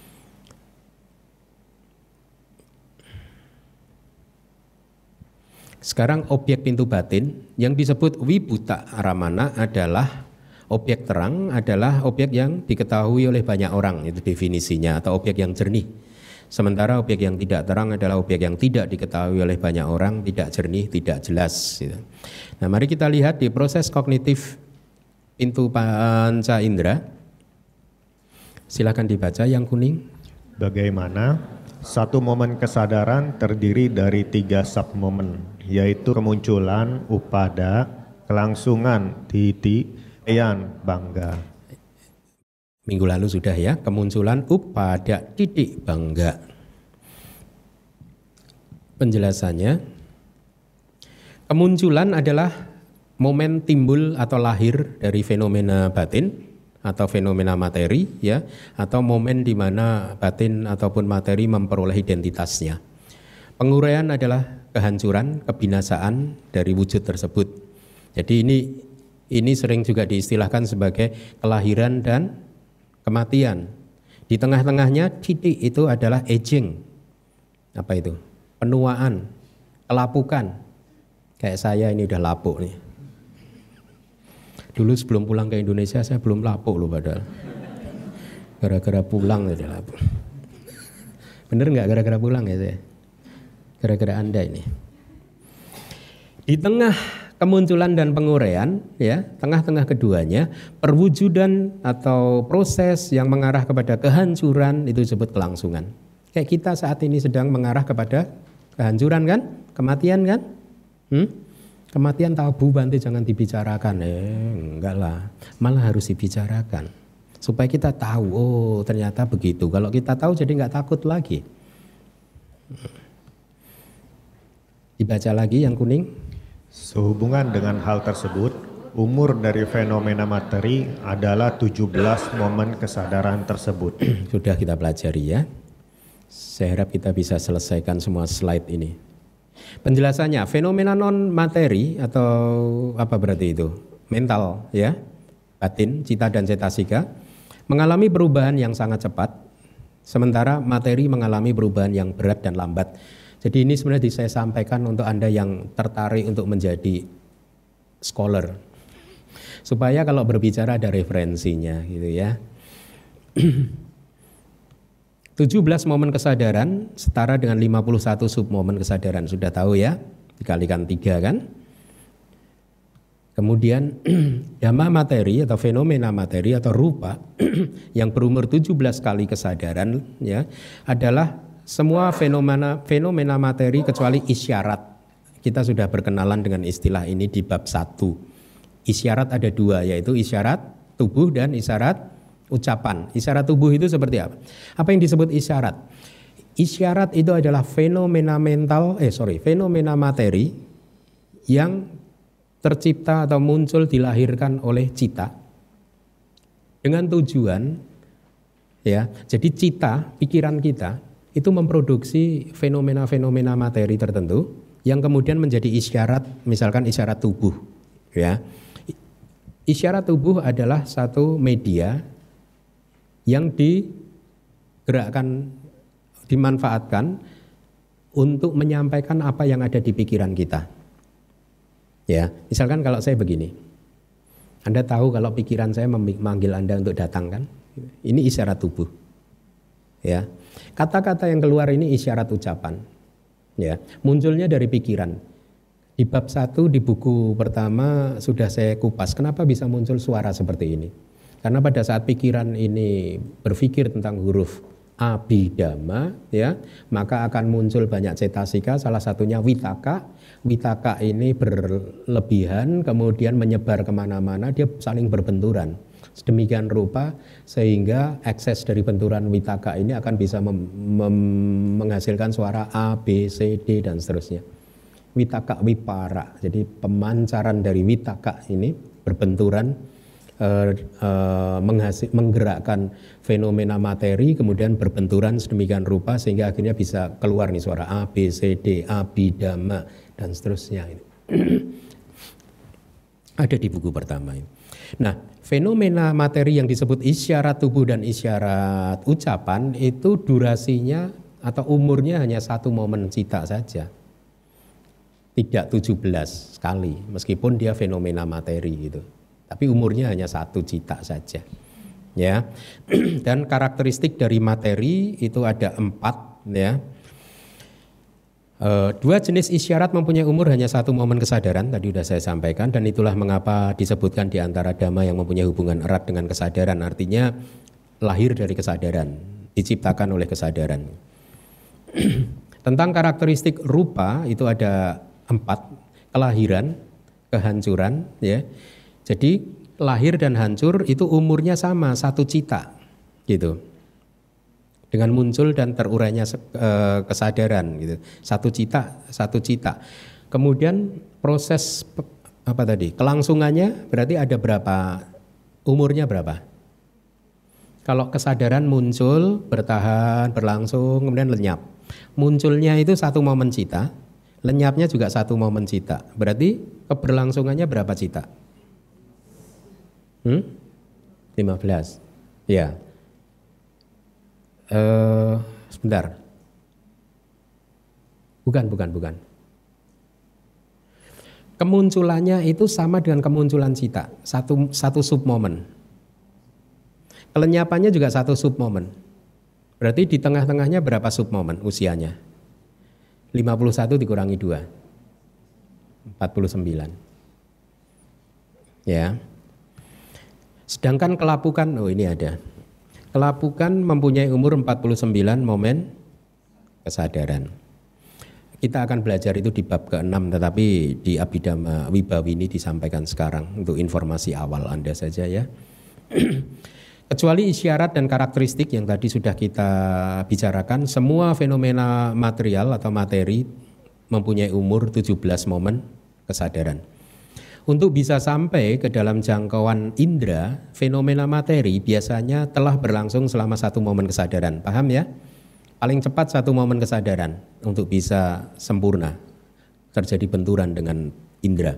Sekarang objek pintu batin yang disebut Wibhuta Ramana adalah objek terang, adalah objek yang diketahui oleh banyak orang, itu definisinya, atau objek yang jernih. Sementara objek yang tidak terang adalah objek yang tidak diketahui oleh banyak orang, tidak jernih, tidak jelas. Gitu. Nah, mari kita lihat di proses kognitif pintu panca indera. Silakan dibaca yang kuning. Bagaimana satu momen kesadaran terdiri dari tiga submomen, yaitu kemunculan, upada, kelangsungan, titi, eyan, bangga. Minggu lalu sudah ya, kemunculan, upada, titik, bangga. Penjelasannya, kemunculan adalah momen timbul atau lahir dari fenomena batin atau fenomena materi, ya, atau momen di mana batin ataupun materi memperoleh identitasnya. Penguraian adalah kehancuran, kebinasaan dari wujud tersebut. Jadi ini ini sering juga diistilahkan sebagai kelahiran dan kematian. Di tengah-tengahnya titik itu adalah aging. Apa itu? Penuaan, kelapukan. Kayak saya ini udah lapuk nih. Dulu sebelum pulang ke Indonesia saya belum lapuk loh padahal. Gara-gara pulang aja lapuk. Bener nggak gara-gara pulang ya saya? Gara-gara Anda ini. Di tengah kemunculan dan penguraian, ya, tengah-tengah keduanya, perwujudan atau proses yang mengarah kepada kehancuran itu disebut kelangsungan. Kayak kita saat ini sedang mengarah kepada kehancuran kan? Kematian kan? Hmm? Kematian tabu Bante jangan dibicarakan. Eh, enggak lah. Malah harus dibicarakan. Supaya kita tahu, oh ternyata begitu. Kalau kita tahu jadi enggak takut lagi. Dibaca lagi yang kuning. Sehubungan dengan hal tersebut, umur dari fenomena materi adalah tujuh belas momen kesadaran tersebut. Sudah kita pelajari ya. Saya harap kita bisa selesaikan semua slide ini. Penjelasannya, fenomena non materi atau apa berarti itu? Mental ya, batin, cita dan cetasika mengalami perubahan yang sangat cepat, sementara materi mengalami perubahan yang berat dan lambat. Jadi ini sebenarnya saya sampaikan untuk Anda yang tertarik untuk menjadi scholar, supaya kalau berbicara ada referensinya gitu ya. tujuh belas momen kesadaran setara dengan lima puluh satu submomen kesadaran. Sudah tahu ya, dikalikan tiga kan. Kemudian dhamma materi atau fenomena materi atau rupa yang berumur tujuh belas kali kesadaran ya, adalah semua fenomena fenomena materi kecuali isyarat. Kita sudah berkenalan dengan istilah ini di bab satu. Isyarat ada dua, yaitu isyarat tubuh dan isyarat ucapan. Isyarat tubuh itu seperti apa? Apa yang disebut isyarat? Isyarat itu adalah fenomena mental, eh sorry, fenomena materi yang tercipta atau muncul dilahirkan oleh cita dengan tujuan, ya. Jadi cita, pikiran kita itu memproduksi fenomena-fenomena materi tertentu yang kemudian menjadi isyarat, misalkan isyarat tubuh, ya. Isyarat tubuh adalah satu media yang digerakkan, dimanfaatkan untuk menyampaikan apa yang ada di pikiran kita. Ya, misalkan kalau saya begini, Anda tahu kalau pikiran saya memanggil Anda untuk datang kan? Ini isyarat tubuh. Ya, kata-kata yang keluar ini isyarat ucapan. Ya, munculnya dari pikiran. Di bab satu di buku pertama sudah saya kupas. Kenapa bisa muncul suara seperti ini? Karena pada saat pikiran ini berpikir tentang huruf abhidhamma, ya, maka akan muncul banyak cetasika, salah satunya witaka. Witaka ini berlebihan, kemudian menyebar kemana-mana, dia saling berbenturan. Sedemikian rupa sehingga ekses dari benturan witaka ini akan bisa mem- mem- menghasilkan suara A, B, C, D, dan seterusnya. Witaka wipara, jadi pemancaran dari witaka ini berbenturan eh, eh, menghasil, menggerakkan fenomena materi kemudian berbenturan sedemikian rupa sehingga akhirnya bisa keluar nih suara A, B, C, D, Abhidhamma dan seterusnya. Ada di buku pertama ini. Nah, fenomena materi yang disebut isyarat tubuh dan isyarat ucapan itu durasinya atau umurnya hanya satu momen cita saja. Tidak tujuh belas kali, meskipun dia fenomena materi gitu. Tapi umurnya hanya satu cita saja. Ya. Dan karakteristik dari materi itu ada empat, ya. E, dua jenis isyarat mempunyai umur hanya satu momen kesadaran, tadi sudah saya sampaikan, dan itulah mengapa disebutkan di antara dhamma yang mempunyai hubungan erat dengan kesadaran, artinya lahir dari kesadaran, diciptakan oleh kesadaran. Tentang karakteristik rupa itu ada empat, kelahiran, kehancuran, ya. Jadi lahir dan hancur itu umurnya sama, satu cita, gitu. Dengan muncul dan terurainya kesadaran gitu. Satu cita, satu cita. Kemudian proses apa tadi? Kelangsungannya berarti ada berapa? Umurnya berapa? Kalau kesadaran muncul, bertahan, berlangsung, kemudian lenyap. Munculnya itu satu momen cita, lenyapnya juga satu momen cita. Berarti keberlangsungannya berapa cita? Hmm? lima belas. Ya. Uh, sebentar, bukan, bukan, bukan. Kemunculannya itu sama dengan kemunculan cita, satu satu sub momen. Kelenyapannya juga satu sub momen. Berarti di tengah-tengahnya berapa sub momen usianya? lima puluh satu dikurangi dua, empat puluh sembilan. Ya. Sedangkan kelapukan, oh ini ada. Kelapukan mempunyai umur empat puluh sembilan momen kesadaran. Kita akan belajar itu di bab keenam, tetapi di Abhidhamma Wibawi ini disampaikan sekarang untuk informasi awal Anda saja ya. Kecuali isyarat dan karakteristik yang tadi sudah kita bicarakan, semua fenomena material atau materi mempunyai umur tujuh belas momen kesadaran. Untuk bisa sampai ke dalam jangkauan indera, fenomena materi biasanya telah berlangsung selama satu momen kesadaran. Paham ya? Paling cepat satu momen kesadaran untuk bisa sempurna terjadi benturan dengan indera.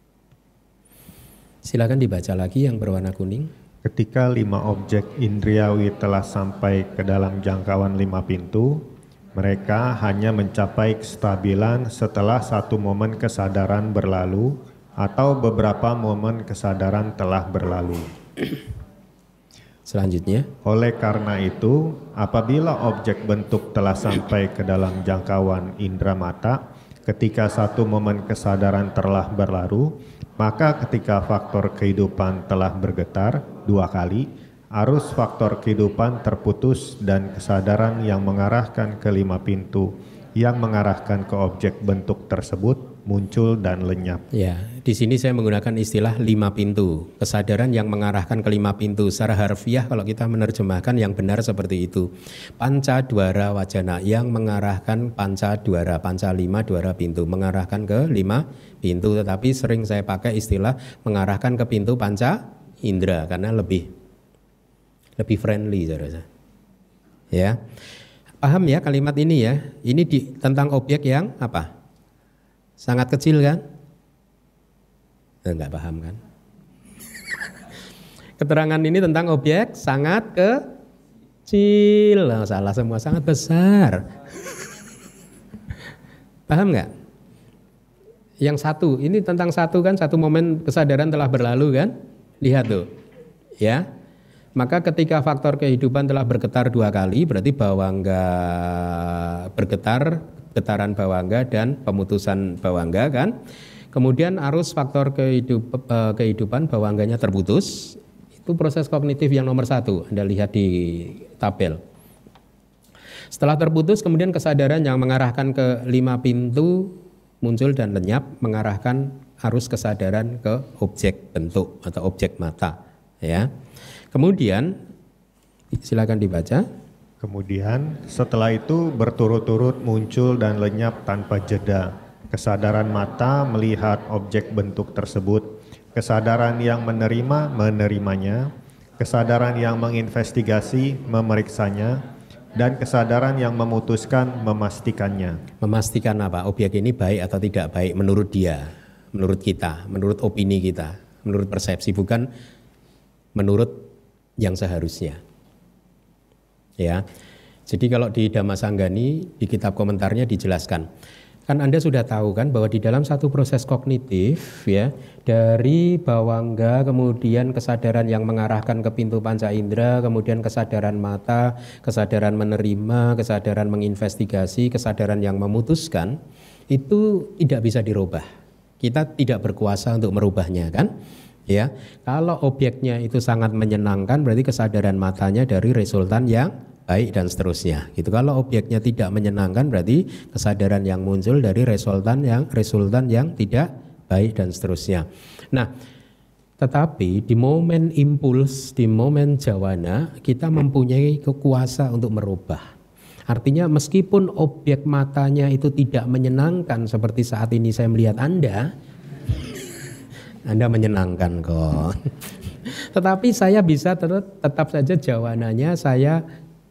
Silakan dibaca lagi yang berwarna kuning. Ketika lima objek indriawi telah sampai ke dalam jangkauan lima pintu, mereka hanya mencapai kestabilan setelah satu momen kesadaran berlalu atau beberapa momen kesadaran telah berlalu. Selanjutnya, oleh karena itu, apabila objek bentuk telah sampai ke dalam jangkauan indera mata, ketika satu momen kesadaran telah berlalu, maka ketika faktor kehidupan telah bergetar dua kali, arus faktor kehidupan terputus dan kesadaran yang mengarahkan ke lima pintu yang mengarahkan ke objek bentuk tersebut muncul dan lenyap. Ya, di sini saya menggunakan istilah lima pintu. Kesadaran yang mengarahkan ke lima pintu. Secara harfiah kalau kita menerjemahkan yang benar seperti itu. Panca dwara wajana yang mengarahkan panca dwara, panca lima dwara pintu, mengarahkan ke lima pintu. Tetapi sering saya pakai istilah mengarahkan ke pintu panca indera karena lebih lebih friendly saya rasa. Ya. Paham ya kalimat ini ya? Ini di, tentang objek yang apa? Sangat kecil kan? Enggak paham kan? Keterangan ini tentang objek sangat kecil. Oh, salah semua, sangat besar. Paham nggak? Yang satu, ini tentang satu kan, satu momen kesadaran telah berlalu kan? Lihat tuh, ya. Maka ketika faktor kehidupan telah bergetar dua kali, berarti bawangga bergetar, getaran bawangga dan pemutusan bawangga kan. Kemudian arus faktor kehidup, kehidupan bawangganya terputus. Itu proses kognitif yang nomor satu, Anda lihat di tabel. Setelah terputus, kemudian kesadaran yang mengarahkan ke lima pintu muncul dan lenyap, mengarahkan arus kesadaran ke objek bentuk atau objek mata, ya. Kemudian silakan dibaca. Kemudian setelah itu berturut-turut muncul dan lenyap tanpa jeda. Kesadaran mata melihat objek bentuk tersebut kesadaran yang menerima menerimanya, kesadaran yang menginvestigasi memeriksanya, dan kesadaran yang memutuskan memastikannya. Memastikan apa? Objek ini baik atau tidak baik menurut dia, menurut kita, menurut opini kita, menurut persepsi, bukan menurut yang seharusnya. Ya. Jadi kalau di Dhammasanggani di kitab komentarnya dijelaskan. Kan Anda sudah tahu kan bahwa di dalam satu proses kognitif ya, dari bawangga kemudian kesadaran yang mengarahkan ke pintu panca indera, kemudian kesadaran mata, kesadaran menerima, kesadaran menginvestigasi, kesadaran yang memutuskan, itu tidak bisa dirubah. Kita tidak berkuasa untuk merubahnya kan? Ya. Kalau objeknya itu sangat menyenangkan berarti kesadaran matanya dari resultan yang baik dan seterusnya. Gitu. Kalau objeknya tidak menyenangkan berarti kesadaran yang muncul dari resultan yang resultan yang tidak baik dan seterusnya. Nah, tetapi di momen impuls, di momen jawana kita mempunyai kekuasa untuk merubah. Artinya meskipun objek matanya itu tidak menyenangkan seperti saat ini saya melihat Anda, Anda menyenangkan kok. Tetapi saya bisa tetap, tetap saja jawananya saya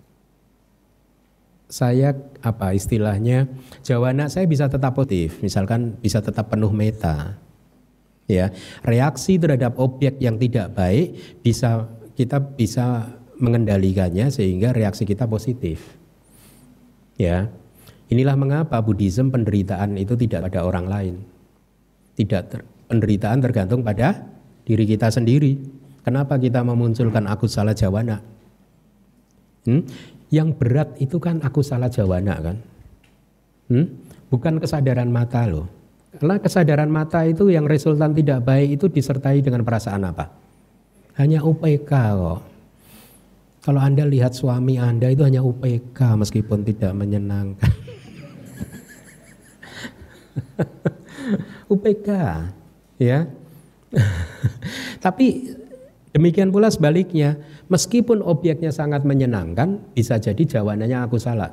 saya apa istilahnya jawana saya bisa tetap positif, misalkan bisa tetap penuh meta, ya reaksi terhadap objek yang tidak baik bisa kita bisa mengendalikannya sehingga reaksi kita positif, ya inilah mengapa Buddhism penderitaan itu tidak pada orang lain, tidak ter, penderitaan tergantung pada diri kita sendiri. Kenapa kita memunculkan akusala jawana? Hmm? Yang berat itu kan akusala jawana kan, hmm? bukan kesadaran mata loh. Karena kesadaran mata itu yang resultan tidak baik itu disertai dengan perasaan apa? Hanya U P K kok. Kalau Anda lihat suami Anda itu hanya U P K meskipun tidak menyenangkan. U P K, ya. Tapi demikian pula sebaliknya, meskipun objeknya sangat menyenangkan, bisa jadi jawananya akusala.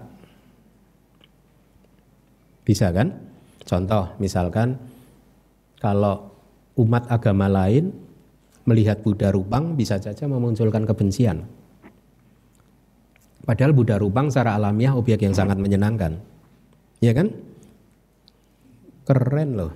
Bisa kan? Contoh, misalkan kalau umat agama lain melihat Buddha Rupang bisa saja memunculkan kebencian. Padahal Buddha Rupang secara alamiah objek yang sangat menyenangkan. Ya kan? Keren loh.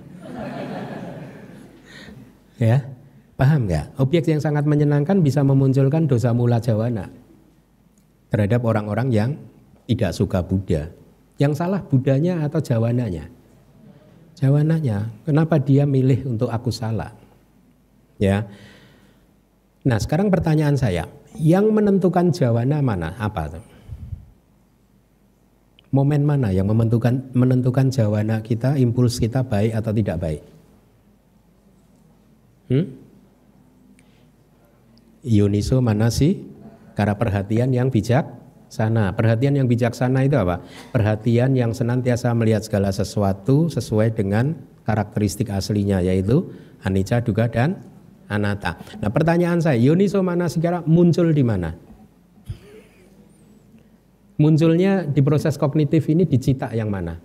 Ya. Paham nggak? Objek yang sangat menyenangkan bisa memunculkan dosa mula jawana terhadap orang-orang yang tidak suka Buddha. Yang salah Buddhanya atau jawananya? Jawananya. Kenapa dia milih untuk akusala? Ya. Nah, sekarang pertanyaan saya, yang menentukan jawana mana? Apa? Momen mana yang menentukan menentukan jawana kita, impuls kita baik atau tidak baik? Hmm? Yuniso manasi, karena perhatian yang bijaksana. Perhatian yang bijaksana itu apa? Perhatian yang senantiasa melihat segala sesuatu sesuai dengan karakteristik aslinya, yaitu anicca, dukkha, dan anatta. Nah, pertanyaan saya, yuniso manasikara muncul di mana? Munculnya di proses kognitif ini di cita yang mana?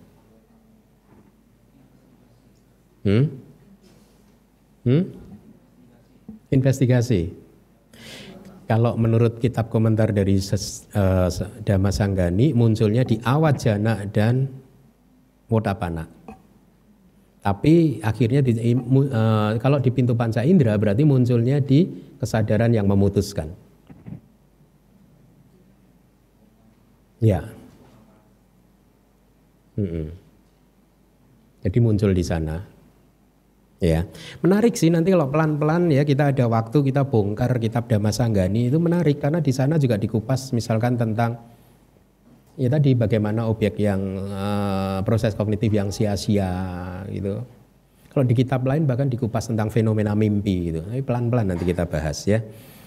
Hmm? Hmm? Investigasi. Kalau menurut kitab komentar dari uh, Dhammasanggani munculnya di awajjana dan wotapana. Tapi akhirnya di, uh, kalau di pintu panca indera berarti munculnya di kesadaran yang memutuskan. Ya. Mm-mm. Jadi muncul di sana. Ya, menarik sih nanti kalau pelan-pelan ya kita ada waktu kita bongkar kitab Dhammasanggani itu menarik karena di sana juga dikupas misalkan tentang ya tadi bagaimana objek yang uh, proses kognitif yang sia-sia gitu. Kalau di kitab lain bahkan dikupas tentang fenomena mimpi gitu. Tapi pelan-pelan nanti kita bahas ya.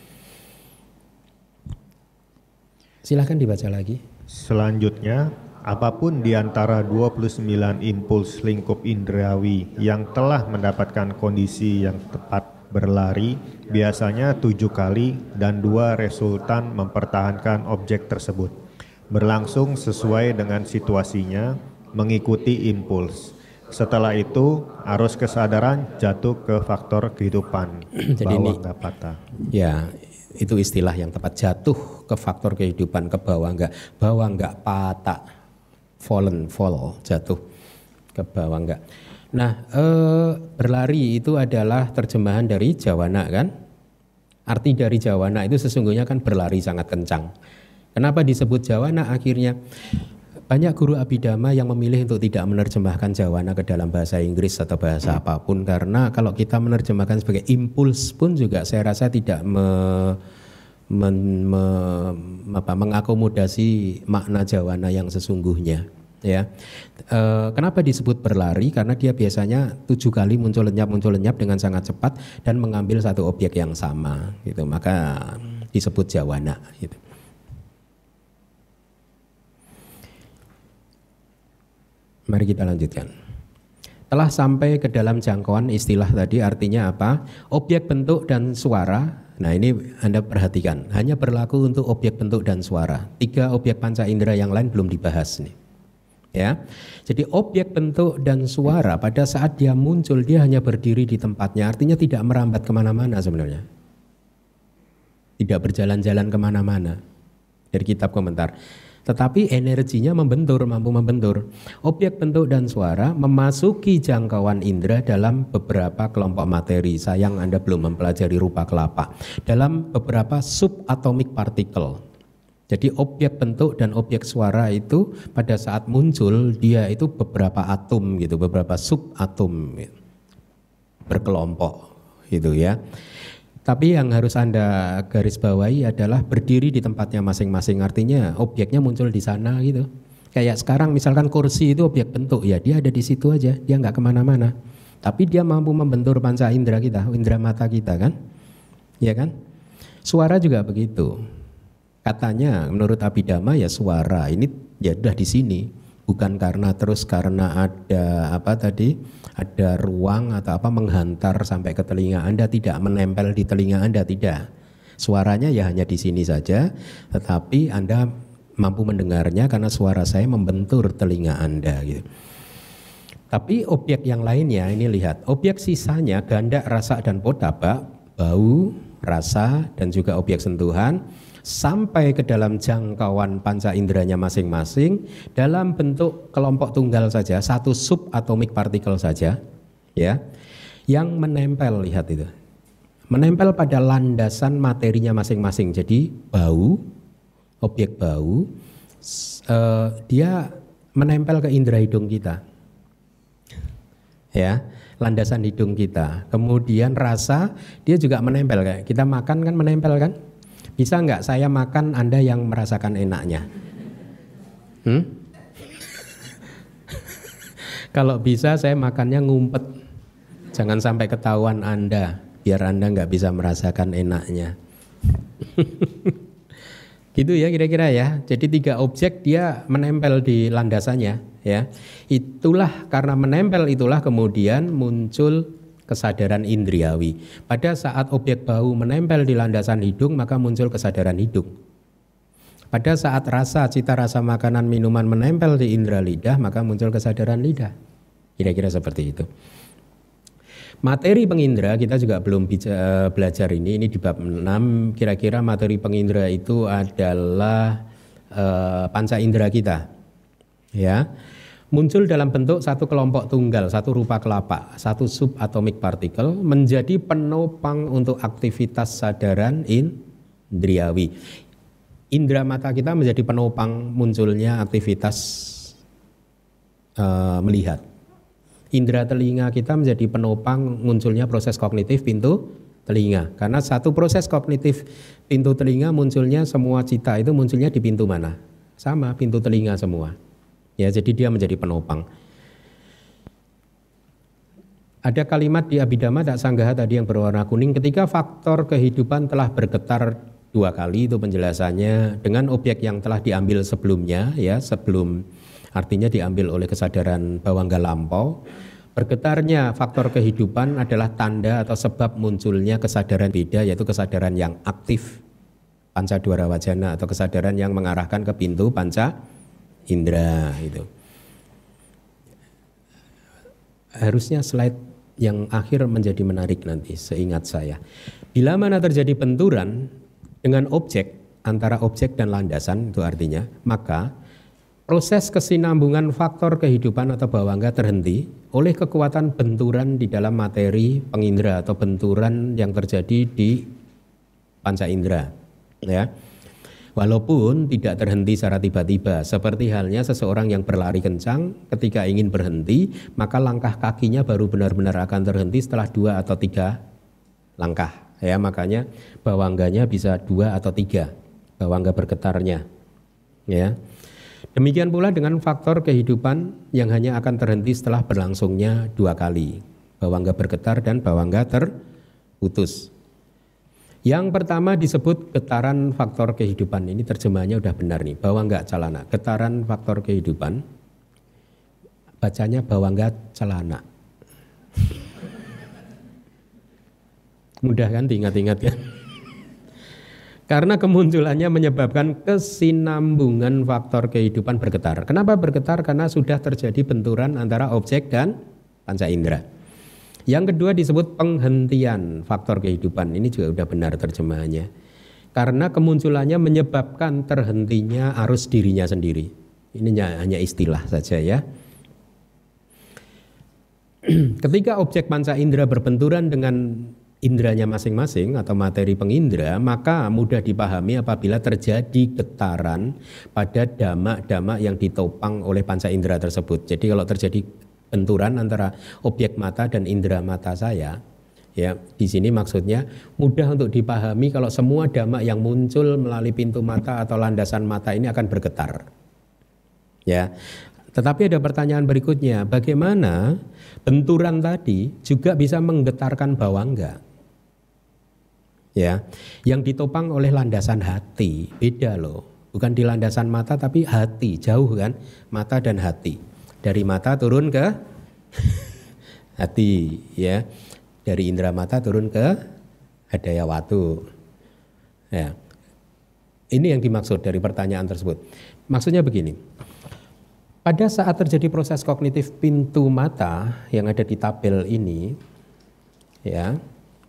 Silakan dibaca lagi. Selanjutnya, apapun di antara dua puluh sembilan impuls lingkup indrawi yang telah mendapatkan kondisi yang tepat berlari, biasanya tujuh kali dan dua resultan mempertahankan objek tersebut. Berlangsung sesuai dengan situasinya, mengikuti impuls. Setelah itu arus kesadaran jatuh ke faktor kehidupan. Jadi bawah ini nggak patah. ya itu istilah yang tepat, jatuh ke faktor kehidupan, ke bawah nggak, bawah nggak patah, fallen, fall, jatuh ke bawah nggak. Nah eh, berlari itu adalah terjemahan dari jawana kan? Arti dari jawana itu sesungguhnya kan berlari sangat kencang. Kenapa disebut jawana akhirnya? Banyak guru abhidhamma yang memilih untuk tidak menerjemahkan jawana ke dalam bahasa Inggris atau bahasa apapun, karena kalau kita menerjemahkan sebagai impuls pun juga saya rasa tidak me, men, me, apa, mengakomodasi makna jawana yang sesungguhnya. Ya, e, kenapa disebut berlari? Karena dia biasanya tujuh kali muncul lenyap muncul lenyap dengan sangat cepat dan mengambil satu objek yang sama, gitu. Maka disebut jawana. Gitu. Mari kita lanjutkan. Telah sampai ke dalam jangkauan istilah tadi artinya apa? Objek bentuk dan suara. Nah ini Anda perhatikan, hanya berlaku untuk objek bentuk dan suara. Tiga objek panca indera yang lain belum dibahas nih. Ya, jadi objek bentuk dan suara pada saat dia muncul dia hanya berdiri di tempatnya, artinya tidak merambat kemana-mana sebenarnya, tidak berjalan-jalan kemana-mana dari kitab komentar. Tetapi energinya membentur, mampu membentur. Objek bentuk dan suara memasuki jangkauan indera dalam beberapa kelompok materi. Sayang Anda belum mempelajari rupa kelapa. Dalam beberapa subatomic particle. Jadi objek bentuk dan objek suara itu pada saat muncul dia itu beberapa atom gitu, beberapa subatom gitu, berkelompok gitu ya. Tapi yang harus Anda garis bawahi adalah berdiri di tempatnya masing-masing, artinya objeknya muncul di sana gitu. Kayak sekarang misalkan kursi itu objek bentuk, ya dia ada di situ aja, dia nggak kemana-mana. Tapi dia mampu membentur panca indera kita, indera mata kita kan, ya kan? Suara juga begitu. Katanya menurut Abhidhamma ya suara ini ya udah di sini. Bukan karena terus karena ada apa tadi, ada ruang atau apa menghantar sampai ke telinga Anda, tidak menempel di telinga Anda, tidak. Suaranya ya hanya di sini saja, tetapi Anda mampu mendengarnya karena suara saya membentur telinga Anda gitu. Tapi objek yang lainnya ini lihat, objek sisanya ganda, rasa dan potaba, bau, rasa dan juga objek sentuhan sampai ke dalam jangkauan panca inderanya masing-masing dalam bentuk kelompok tunggal saja, satu subatomic particle saja, ya, yang menempel, lihat itu, menempel pada landasan materinya masing-masing. Jadi bau, objek bau, uh, dia menempel ke indera hidung kita, ya, landasan hidung kita. Kemudian rasa, dia juga menempel, kayak kita makan kan menempel kan. Bisa nggak saya makan Anda yang merasakan enaknya? Hmm? Kalau bisa saya makannya ngumpet. Jangan sampai ketahuan Anda, biar Anda nggak bisa merasakan enaknya. Gitu ya kira-kira ya. Jadi tiga objek dia menempel di landasannya ya. Itulah karena menempel itulah kemudian muncul kesadaran indriawi. Pada saat objek bau menempel di landasan hidung maka muncul kesadaran hidung. Pada saat rasa, cita rasa makanan minuman menempel di indera lidah maka muncul kesadaran lidah. Kira-kira seperti itu. Materi pengindera kita juga belum bicara, belajar ini, ini di bab enam. Kira-kira materi pengindera itu adalah uh, panca indera kita. Ya. Muncul dalam bentuk satu kelompok tunggal, satu rupa kelapa, satu subatomic particle menjadi penopang untuk aktivitas sadaran indriawi. Indera mata kita menjadi penopang munculnya aktivitas uh, melihat. Indera telinga kita menjadi penopang munculnya proses kognitif pintu telinga. Karena satu proses kognitif pintu telinga munculnya semua cita itu munculnya di pintu mana? Sama, pintu telinga semua. Ya, jadi dia menjadi penopang. Ada kalimat di Abhidhamma Tak Sanggaha tadi yang berwarna kuning, ketika faktor kehidupan telah bergetar dua kali, itu penjelasannya dengan objek yang telah diambil sebelumnya, ya sebelum artinya diambil oleh kesadaran bawangga lampau. Bergetarnya faktor kehidupan adalah tanda atau sebab munculnya kesadaran beda, yaitu kesadaran yang aktif, panca dwara wajana, atau kesadaran yang mengarahkan ke pintu panca indra itu. harusnya slide yang akhir menjadi menarik nanti, seingat saya. Bila mana terjadi benturan dengan objek, antara objek dan landasan, itu artinya, maka proses kesinambungan faktor kehidupan atau bawangga terhenti oleh kekuatan benturan di dalam materi pengindra atau benturan yang terjadi di panca indera, ya. Walaupun tidak terhenti secara tiba-tiba, seperti halnya seseorang yang berlari kencang, ketika ingin berhenti, maka langkah kakinya baru benar-benar akan terhenti setelah dua atau tiga langkah. Ya, makanya bawangganya bisa dua atau tiga, bawangga bergetarnya. Ya. Demikian pula dengan faktor kehidupan yang hanya akan terhenti setelah berlangsungnya dua kali, bawangga bergetar dan bawangga terputus. Yang pertama disebut getaran faktor kehidupan. Ini terjemahannya udah benar nih, bawangga calana. Getaran faktor kehidupan, bacanya bawangga calana. Mudah kan diingat-ingat ya. Karena kemunculannya menyebabkan kesinambungan faktor kehidupan bergetar. Kenapa bergetar? Karena sudah terjadi benturan antara objek dan panca indera. Yang kedua disebut penghentian faktor kehidupan. Ini juga sudah benar terjemahannya. Karena kemunculannya menyebabkan terhentinya arus dirinya sendiri. Ini hanya istilah saja ya. Ketika objek panca indera berbenturan dengan indranya masing-masing atau materi pengindra, maka mudah dipahami apabila terjadi getaran pada damak-damak yang ditopang oleh panca indera tersebut. Jadi kalau terjadi benturan antara objek mata dan indera mata saya, ya di sini maksudnya mudah untuk dipahami kalau semua damak yang muncul melalui pintu mata atau landasan mata ini akan bergetar. Ya, tetapi ada pertanyaan berikutnya, bagaimana benturan tadi juga bisa menggetarkan bawangga? Ya, yang ditopang oleh landasan hati, beda loh, bukan di landasan mata tapi hati, jauh kan, mata dan hati. Dari mata turun ke hati, ya. Dari indera mata turun ke hadaya watu. Ya. Ini yang dimaksud dari pertanyaan tersebut. Maksudnya begini. Pada saat terjadi proses kognitif pintu mata yang ada di tabel ini, ya.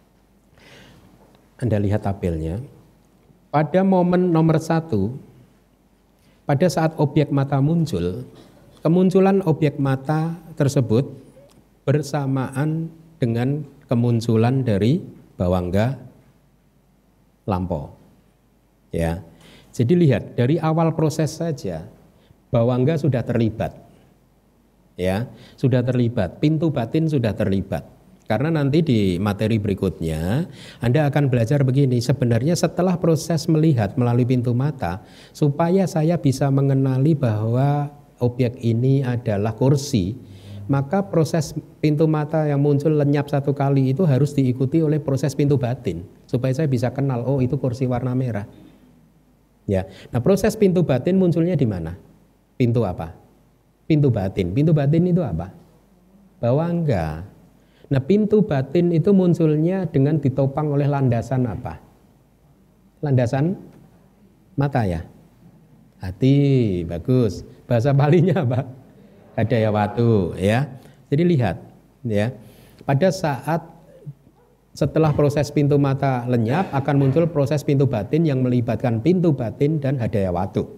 Anda lihat tabelnya. Pada momen nomor satu, pada saat objek mata muncul, kemunculan objek mata tersebut bersamaan dengan kemunculan dari bawangga lampau. Ya. Jadi lihat, dari awal proses saja bawangga sudah terlibat. Ya, sudah terlibat, pintu batin sudah terlibat. Karena nanti di materi berikutnya Anda akan belajar begini, sebenarnya setelah proses melihat melalui pintu mata, supaya saya bisa mengenali bahwa objek ini adalah kursi, maka proses pintu mata yang muncul lenyap satu kali itu harus diikuti oleh proses pintu batin, supaya saya bisa kenal, oh itu kursi warna merah. Ya, nah proses pintu batin munculnya di mana? Pintu apa? Pintu batin. Pintu batin itu apa? Bawangga. Nah pintu batin itu munculnya dengan ditopang oleh landasan apa? Landasan mata ya? Hati, bagus. Bahasa Balinya apa? Hadaya watu, ya. Jadi lihat, ya. Pada saat setelah proses pintu mata lenyap akan muncul proses pintu batin yang melibatkan pintu batin dan hadaya watu.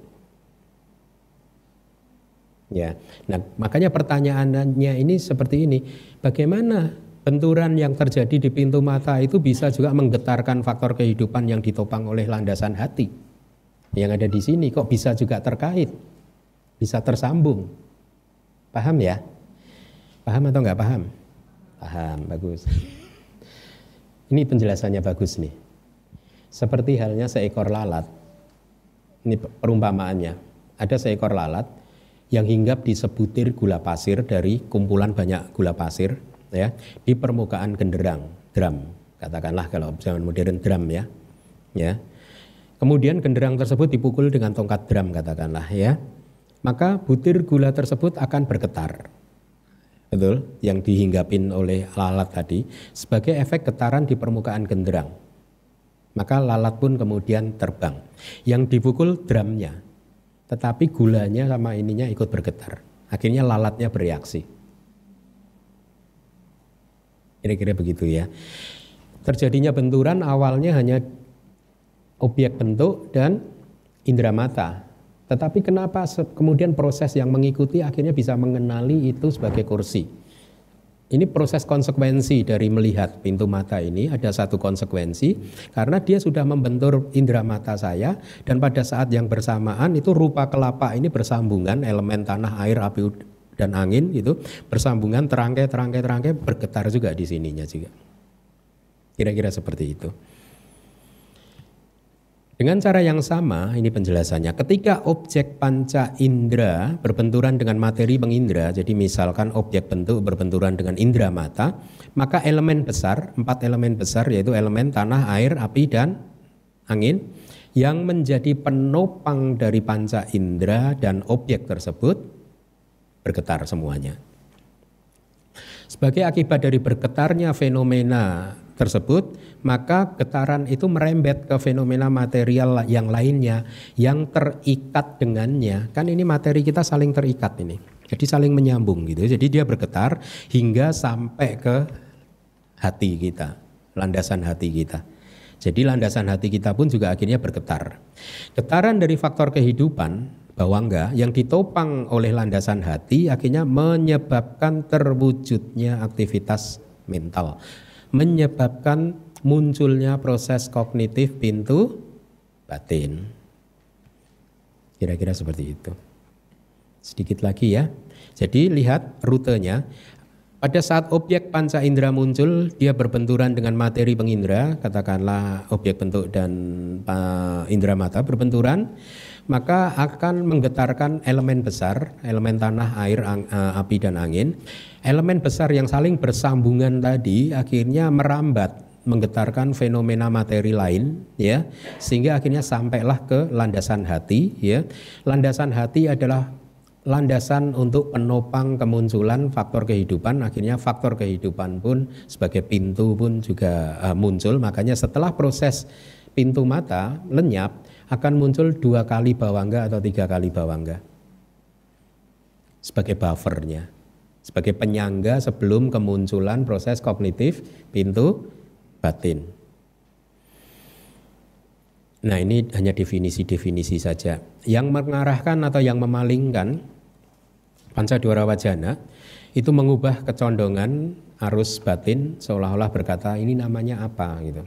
Ya. Nah, makanya pertanyaannya ini seperti ini. Bagaimana benturan yang terjadi di pintu mata itu bisa juga menggetarkan faktor kehidupan yang ditopang oleh landasan hati? Yang ada di sini kok bisa juga terkait? Bisa tersambung. Paham ya? Paham atau enggak paham? Paham, bagus. Ini penjelasannya bagus nih. Seperti halnya seekor lalat. Ini perumpamaannya. Ada seekor lalat yang hinggap di sebutir gula pasir dari kumpulan banyak gula pasir, ya, di permukaan genderang, drum, katakanlah kalau zaman modern drum, ya, ya. Kemudian genderang tersebut dipukul dengan tongkat drum, katakanlah, ya, maka butir gula tersebut akan bergetar, betul, yang dihinggapin oleh lalat tadi sebagai efek getaran di permukaan genderang. Maka lalat pun kemudian terbang. Yang dipukul drumnya, tetapi gulanya sama ininya ikut bergetar. Akhirnya lalatnya bereaksi. Kira-kira begitu ya. Terjadinya benturan awalnya hanya objek bentuk dan indera mata. Tetapi kenapa kemudian proses yang mengikuti akhirnya bisa mengenali itu sebagai kursi? Ini proses konsekuensi dari melihat pintu mata ini, ada satu konsekuensi karena dia sudah membentur indera mata saya, dan pada saat yang bersamaan itu rupa kelapa ini bersambungan, elemen tanah, air, api dan angin itu bersambungan, terangkai terangkai terangkai bergetar juga di sininya juga. Kira-kira seperti itu. Dengan cara yang sama, ini penjelasannya, ketika objek panca indera berbenturan dengan materi pengindra, jadi misalkan objek bentuk berbenturan dengan indera mata, maka elemen besar, empat elemen besar yaitu elemen tanah, air, api, dan angin, yang menjadi penopang dari panca indera dan objek tersebut bergetar semuanya. Sebagai akibat dari bergetarnya fenomena tersebut, maka getaran itu merembet ke fenomena material yang lainnya yang terikat dengannya. Kan ini materi kita saling terikat ini. Jadi saling menyambung gitu. Jadi dia bergetar hingga sampai ke hati kita, landasan hati kita. Jadi landasan hati kita pun juga akhirnya bergetar. Getaran dari faktor kehidupan bawangga yang ditopang oleh landasan hati akhirnya menyebabkan terwujudnya aktivitas mental, menyebabkan munculnya proses kognitif pintu batin. Kira-kira seperti itu. Sedikit lagi ya. Jadi lihat rutenya. Pada saat objek panca indera muncul, dia berbenturan dengan materi pengindra, katakanlah objek bentuk dan uh, indera mata berbenturan, maka akan menggetarkan elemen besar, elemen tanah, air, ang, uh, api dan angin. Elemen besar yang saling bersambungan tadi akhirnya merambat, menggetarkan fenomena materi lain, ya, sehingga akhirnya sampailah ke landasan hati, ya. Landasan hati adalah landasan untuk penopang kemunculan faktor kehidupan. Akhirnya faktor kehidupan pun sebagai pintu pun juga uh, muncul. Makanya setelah proses pintu mata lenyap, akan muncul dua kali bawangga atau tiga kali bawangga sebagai buffernya, sebagai penyangga sebelum kemunculan proses kognitif pintu batin. Nah, ini hanya definisi-definisi saja. Yang mengarahkan atau yang memalingkan Pancadwara Wajana itu mengubah kecondongan arus batin seolah-olah berkata ini namanya apa gitu.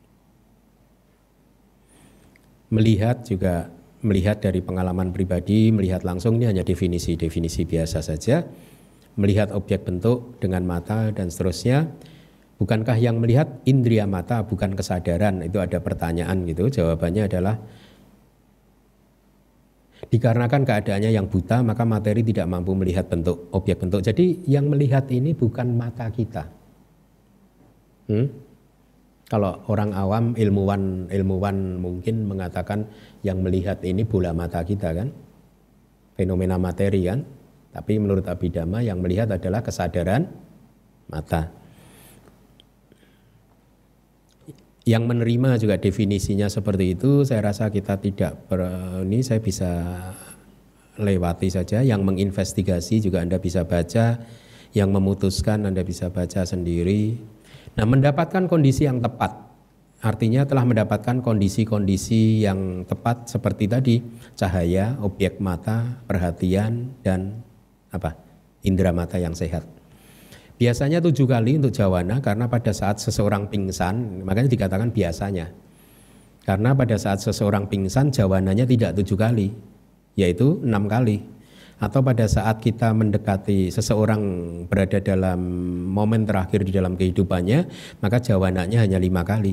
Melihat juga melihat dari pengalaman pribadi, melihat langsung ini hanya definisi-definisi biasa saja. Melihat objek bentuk dengan mata dan seterusnya. Bukankah yang melihat indria mata bukan kesadaran? Itu ada pertanyaan gitu. Jawabannya adalah dikarenakan keadaannya yang buta, maka materi tidak mampu melihat bentuk objek bentuk. Jadi yang melihat ini bukan mata kita. Hmm? Kalau orang awam, ilmuwan, ilmuwan mungkin mengatakan yang melihat ini bola mata kita kan, fenomena materi kan. Tapi menurut Abhidhamma yang melihat adalah kesadaran mata. Yang menerima juga definisinya seperti itu, saya rasa kita tidak ber, ini saya bisa lewati saja. Yang menginvestigasi juga Anda bisa baca, yang memutuskan Anda bisa baca sendiri. Nah, mendapatkan kondisi yang tepat, artinya telah mendapatkan kondisi-kondisi yang tepat seperti tadi, cahaya, objek mata, perhatian, dan apa? Indera mata yang sehat. Biasanya tujuh kali untuk jawana karena pada saat seseorang pingsan, makanya dikatakan biasanya. Karena pada saat seseorang pingsan jawananya tidak tujuh kali, yaitu enam kali. Atau pada saat kita mendekati seseorang berada dalam momen terakhir di dalam kehidupannya, maka jawananya hanya lima kali.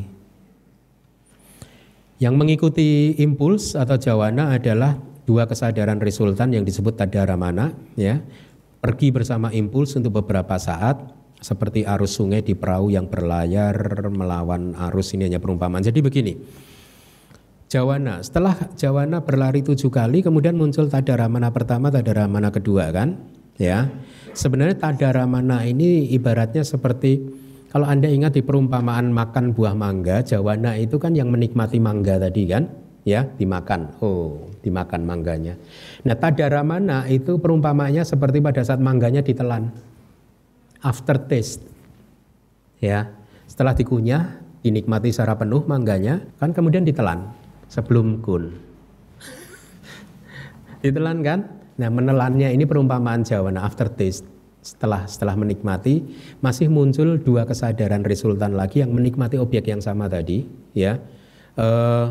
Yang mengikuti impuls atau jawana adalah dua kesadaran resultan yang disebut tadaramana, ya. Pergi bersama impuls untuk beberapa saat, seperti arus sungai di perahu yang berlayar melawan arus, ini hanya perumpamaan. Jadi begini, jawana, setelah jawana berlari tujuh kali, kemudian muncul tadaramana pertama, tadaramana kedua kan, ya. Sebenarnya tadaramana ini ibaratnya seperti, kalau Anda ingat di perumpamaan makan buah mangga, jawana itu kan yang menikmati mangga tadi kan, ya, dimakan, oh dimakan mangganya. Nah, tadaramana itu perumpamanya seperti pada saat mangganya ditelan, aftertaste. Ya, setelah dikunyah, dinikmati secara penuh mangganya, kan kemudian ditelan sebelum kun. Ditelan kan? Nah, menelannya ini perumpamaan jawana, aftertaste. Setelah setelah menikmati, masih muncul dua kesadaran resultan lagi yang menikmati objek yang sama tadi, ya. Uh,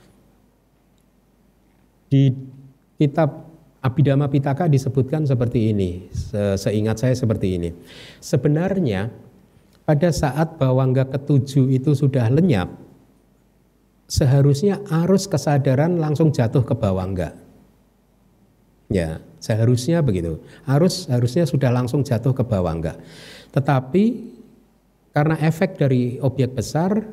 di kitab Abhidhamma Pitaka disebutkan seperti ini, se seingat saya seperti ini. Sebenarnya pada saat bawangga ketujuh itu sudah lenyap, seharusnya arus kesadaran langsung jatuh ke bawangga. Ya, seharusnya begitu. Arus harusnya sudah langsung jatuh ke bawangga. Tetapi karena efek dari objek besar,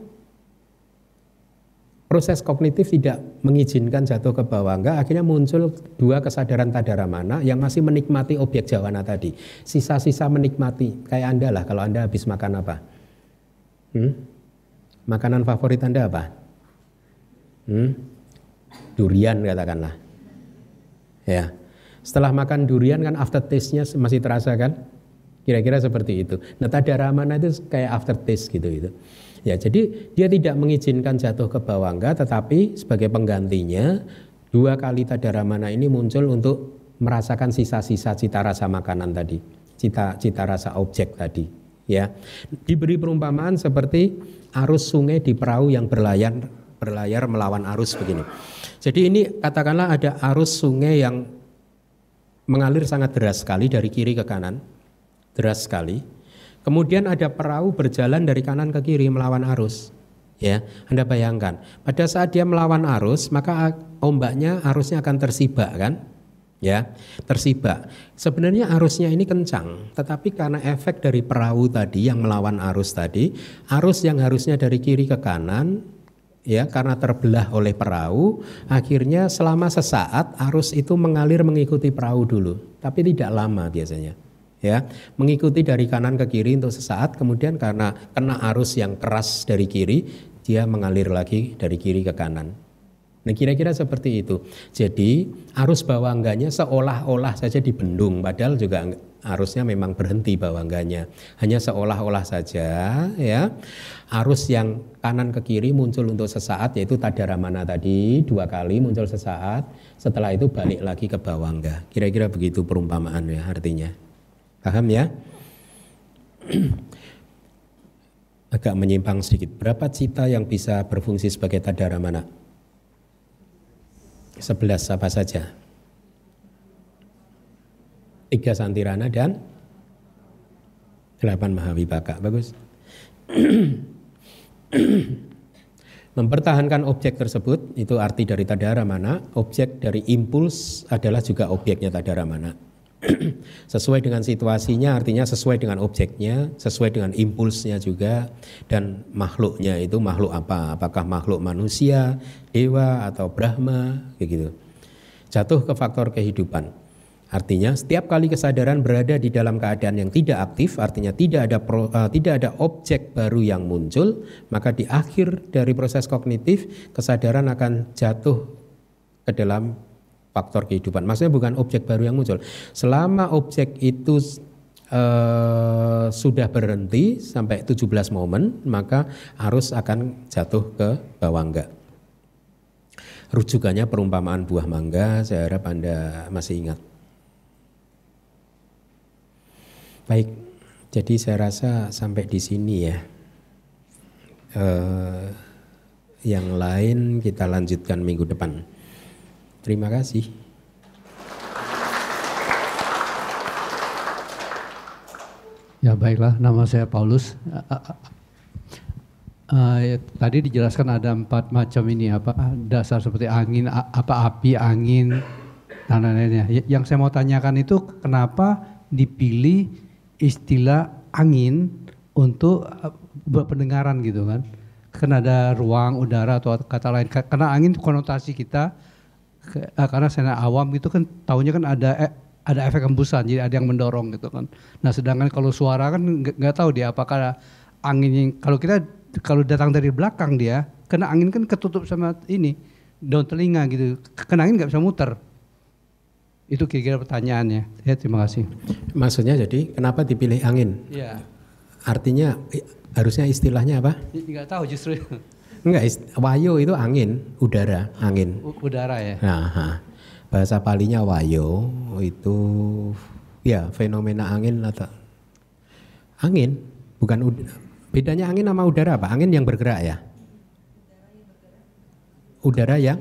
proses kognitif tidak mengizinkan jatuh ke bawangga, akhirnya muncul dua kesadaran tadaramana yang masih menikmati objek jawana tadi. Sisa-sisa menikmati, kayak Anda lah, kalau Anda habis makan apa? Hmm? Makanan favorit Anda apa? Hmm? Durian katakanlah. Ya. Setelah makan durian kan aftertaste-nya masih terasa kan? Kira-kira seperti itu. Nah, tadaramana itu kayak aftertaste gitu itu. Ya, jadi dia tidak mengizinkan jatuh ke bawangga, tetapi sebagai penggantinya dua kali tadaramana ini muncul untuk merasakan sisa-sisa cita rasa makanan tadi, cita cita rasa objek tadi. Ya, diberi perumpamaan seperti arus sungai di perahu yang berlayar berlayar melawan arus begini. Jadi ini katakanlah ada arus sungai yang mengalir sangat deras sekali dari kiri ke kanan, deras sekali. Kemudian ada perahu berjalan dari kanan ke kiri melawan arus. Ya, Anda bayangkan, pada saat dia melawan arus, maka ombaknya arusnya akan tersibak kan? Ya, tersibak. Sebenarnya arusnya ini kencang, tetapi karena efek dari perahu tadi yang melawan arus tadi, arus yang harusnya dari kiri ke kanan, ya, karena terbelah oleh perahu, akhirnya selama sesaat arus itu mengalir mengikuti perahu dulu, tapi tidak lama biasanya. Ya, mengikuti dari kanan ke kiri untuk sesaat, kemudian karena kena arus yang keras dari kiri, dia mengalir lagi dari kiri ke kanan. Nah, kira-kira seperti itu. Jadi arus bawangganya seolah-olah saja dibendung, padahal juga arusnya memang berhenti bawangganya. Hanya seolah-olah saja, ya. Arus yang kanan ke kiri muncul untuk sesaat, yaitu tadaramana tadi dua kali muncul sesaat. Setelah itu balik lagi ke bawangga. Kira-kira begitu perumpamaan ya artinya. Paham ya? Agak menyimpang sedikit. Berapa cita yang bisa berfungsi sebagai tadaramana? Sebelas apa saja? Tiga santirana dan delapan mahavibaka. Bagus. Mempertahankan objek tersebut, itu arti dari tadaramana. Objek dari impuls adalah juga objeknya tadaramana. Sesuai dengan situasinya, artinya sesuai dengan objeknya, sesuai dengan impulsnya juga, dan makhluknya itu makhluk apa? Apakah makhluk manusia, dewa atau Brahma, begitu. Jatuh ke faktor kehidupan. Artinya setiap kali kesadaran berada di dalam keadaan yang tidak aktif, artinya tidak ada pro, uh, tidak ada objek baru yang muncul, maka di akhir dari proses kognitif kesadaran akan jatuh ke dalam faktor kehidupan. Maksudnya bukan objek baru yang muncul. Selama objek itu uh, sudah berhenti sampai tujuh belas momen, maka arus akan jatuh ke bawangga. Rujukannya perumpamaan buah mangga, saya harap Anda masih ingat. Baik, jadi saya rasa sampai di sini ya. Uh, yang lain kita lanjutkan minggu depan. Terima kasih. Ya baiklah, nama saya Paulus. Uh, uh, uh, ya, tadi dijelaskan ada empat macam ini apa dasar seperti angin, apa api, angin, dan lain-lainnya. Yang saya mau tanyakan itu kenapa dipilih istilah angin untuk pendengaran gitu kan? Kan ada ruang, udara atau kata lain. Karena angin konotasi kita. Karena saya awam itu kan tahunya kan ada ada efek hembusan, jadi ada yang mendorong gitu kan. Nah sedangkan kalau suara kan nggak tahu dia apakah angin yang kalau kita kalau datang dari belakang dia kena angin kan ketutup sama ini daun telinga gitu, kena angin nggak bisa muter. Itu kira-kira pertanyaannya. Ya terima kasih. Maksudnya jadi kenapa dipilih angin? Ya. Artinya harusnya istilahnya apa? Nggak tahu justru. Enggak, wayo itu angin, udara, angin. U udara ya. Nah, bahasa Palinya wayo itu ya fenomena angin atau angin, bukan udara. Bedanya angin sama udara apa? Angin yang bergerak ya. Udara yang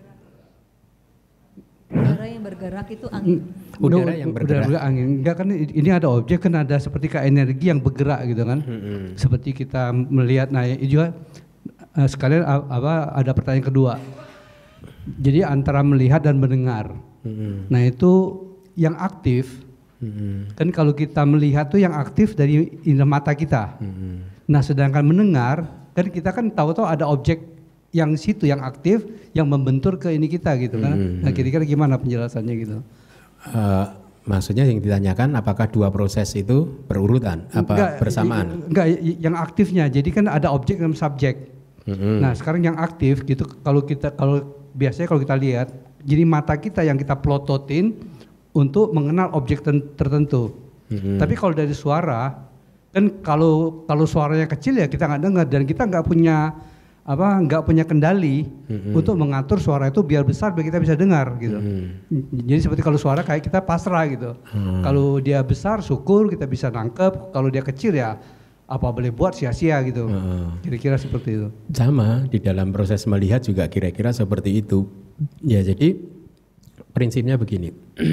udara yang bergerak itu angin. Udara yang bergerak. Udara angin. Enggak kan ini ada objek kan ada seperti kayak energi yang bergerak gitu kan. Hmm. Seperti kita melihat nah itu juga uh, sekalian apa ada pertanyaan kedua. Jadi antara melihat dan mendengar. Hmm. Nah itu yang aktif. Hmm. Kan kalau kita melihat tuh yang aktif dari indera mata kita. Hmm. Nah sedangkan mendengar kan kita kan tahu-tahu ada objek yang situ yang aktif yang membentur ke ini kita gitu kan. Hmm. Nah kira-kira gimana penjelasannya gitu? Uh, maksudnya yang ditanyakan apakah dua proses itu berurutan apa enggak, bersamaan? Enggak, yang aktifnya. Jadi kan ada objek dan subjek. Hmm. Nah sekarang yang aktif gitu kalau kita kalau biasanya kalau kita lihat jadi mata kita yang kita plototin untuk mengenal objek tertentu. Hmm. Tapi kalau dari suara kan kalau kalau suaranya kecil ya kita nggak dengar dan kita nggak punya apa nggak punya kendali mm-hmm. untuk mengatur suara itu biar besar biar kita bisa dengar gitu. Mm-hmm. Jadi seperti kalau suara kayak kita pasrah gitu. Mm. Kalau dia besar syukur kita bisa nangkep, kalau dia kecil ya apa boleh buat sia-sia gitu. Mm. Kira-kira seperti itu. Sama di dalam proses melihat juga kira-kira seperti itu. Ya jadi prinsipnya begini.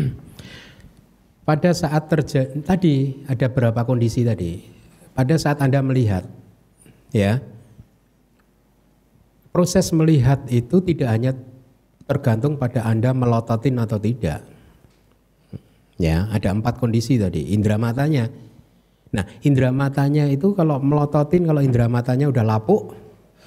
Pada saat terjadi tadi ada berapa kondisi tadi. Pada saat Anda melihat ya proses melihat itu tidak hanya tergantung pada Anda melototin atau tidak. Ya, ada empat kondisi tadi. Indera matanya. Nah, indera matanya itu kalau melototin, kalau indera matanya udah lapuk,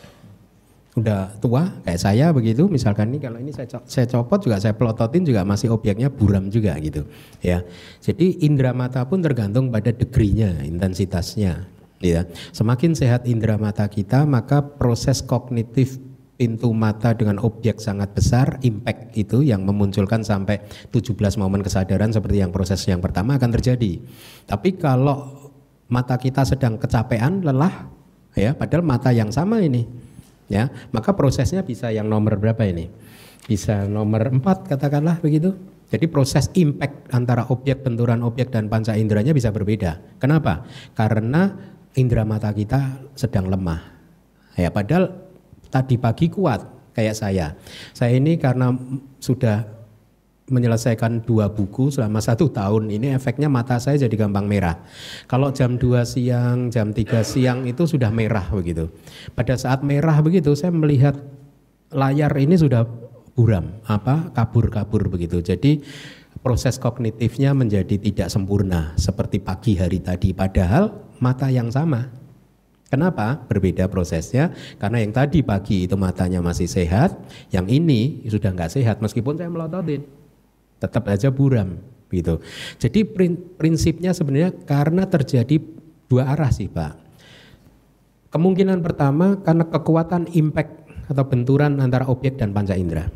udah tua, kayak saya begitu. Misalkan ini kalau ini saya, saya copot juga saya pelototin juga masih objeknya buram juga gitu. Ya, jadi indera mata pun tergantung pada degree-nya, intensitasnya. Ya, semakin sehat indera mata kita, maka proses kognitif pintu mata dengan objek sangat besar, impact itu yang memunculkan sampai tujuh belas momen kesadaran seperti yang proses yang pertama akan terjadi. Tapi kalau mata kita sedang kecapean, lelah, ya, padahal mata yang sama ini, ya, maka prosesnya bisa yang nomor berapa ini? Bisa nomor empat katakanlah begitu. Jadi proses impact antara objek, benturan objek dan panca inderanya bisa berbeda. Kenapa? Karena indera mata kita sedang lemah. Ya, padahal tadi pagi kuat kayak saya. Saya ini karena sudah menyelesaikan dua buku selama satu tahun ini efeknya mata saya jadi gampang merah. Kalau jam dua siang, jam tiga siang itu sudah merah begitu. Pada saat merah begitu saya melihat layar ini sudah buram, apa kabur-kabur begitu. Jadi proses kognitifnya menjadi tidak sempurna seperti pagi hari tadi, padahal mata yang sama. Kenapa? Berbeda prosesnya, karena yang tadi pagi itu matanya masih sehat, yang ini sudah nggak sehat meskipun saya melototin, tetap aja buram gitu. Jadi prinsipnya sebenarnya karena terjadi dua arah sih Pak. Kemungkinan pertama karena kekuatan impact atau benturan antara objek dan panca indera.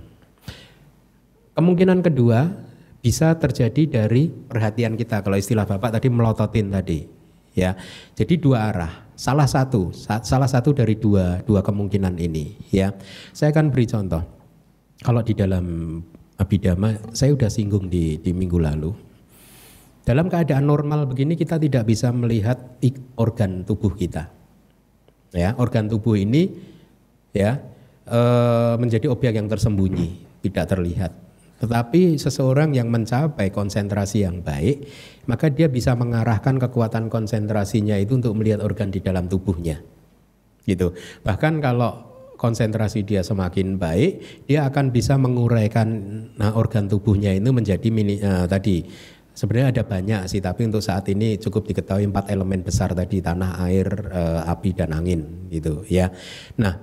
Kemungkinan kedua bisa terjadi dari perhatian kita, kalau istilah Bapak tadi melototin tadi, ya. Jadi dua arah, salah satu, salah satu dari dua dua kemungkinan ini, ya. Saya akan beri contoh. Kalau di dalam Abhidhamma, saya sudah singgung di, di minggu lalu. Dalam keadaan normal begini kita tidak bisa melihat organ tubuh kita, ya. Organ tubuh ini, ya, e, menjadi objek yang tersembunyi, tidak terlihat. Tetapi seseorang yang mencapai konsentrasi yang baik, maka dia bisa mengarahkan kekuatan konsentrasinya itu untuk melihat organ di dalam tubuhnya. Gitu. Bahkan kalau konsentrasi dia semakin baik, dia akan bisa menguraikan nah, organ tubuhnya itu menjadi mini, uh, tadi. Sebenarnya ada banyak sih, tapi untuk saat ini cukup diketahui empat elemen besar tadi, tanah, air, uh, api dan angin gitu ya. Nah,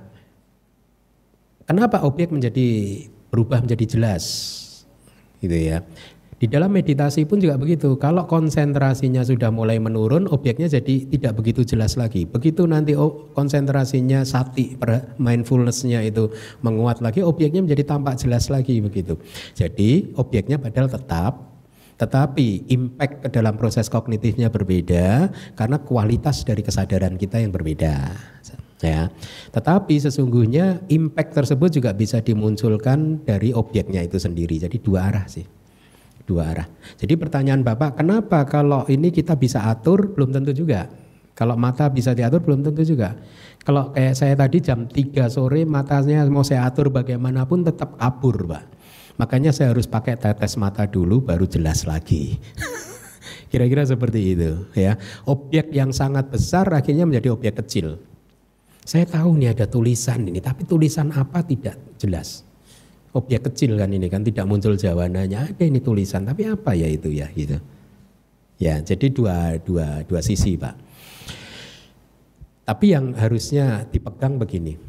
kenapa objek menjadi berubah menjadi jelas? Gitu ya. Di dalam meditasi pun juga begitu. Kalau konsentrasinya sudah mulai menurun, objeknya jadi tidak begitu jelas lagi. Begitu nanti oh, konsentrasinya sati, mindfulness-nya itu menguat lagi, objeknya menjadi tampak jelas lagi begitu. Jadi objeknya padahal tetap, Tetapi impact ke dalam proses kognitifnya berbeda karena kualitas dari kesadaran kita yang berbeda. Ya. Tetapi sesungguhnya impact tersebut juga bisa dimunculkan dari objeknya itu sendiri. Jadi dua arah sih. Dua arah. Jadi pertanyaan Bapak, kenapa kalau ini kita bisa atur? Belum tentu juga. Kalau mata bisa diatur belum tentu juga. Kalau kayak saya tadi jam tiga sore matanya mau saya atur bagaimanapun tetap kabur, Pak. Makanya saya harus pakai tetes mata dulu baru jelas lagi. Kira-kira seperti itu ya. Objek yang sangat besar akhirnya menjadi objek kecil. Saya tahu nih ada tulisan ini, tapi tulisan apa tidak jelas. Objek kecil kan ini kan tidak muncul jawabannya. Ada ini tulisan, tapi apa ya itu ya gitu. Ya, jadi dua dua dua sisi, Pak. Tapi yang harusnya dipegang begini.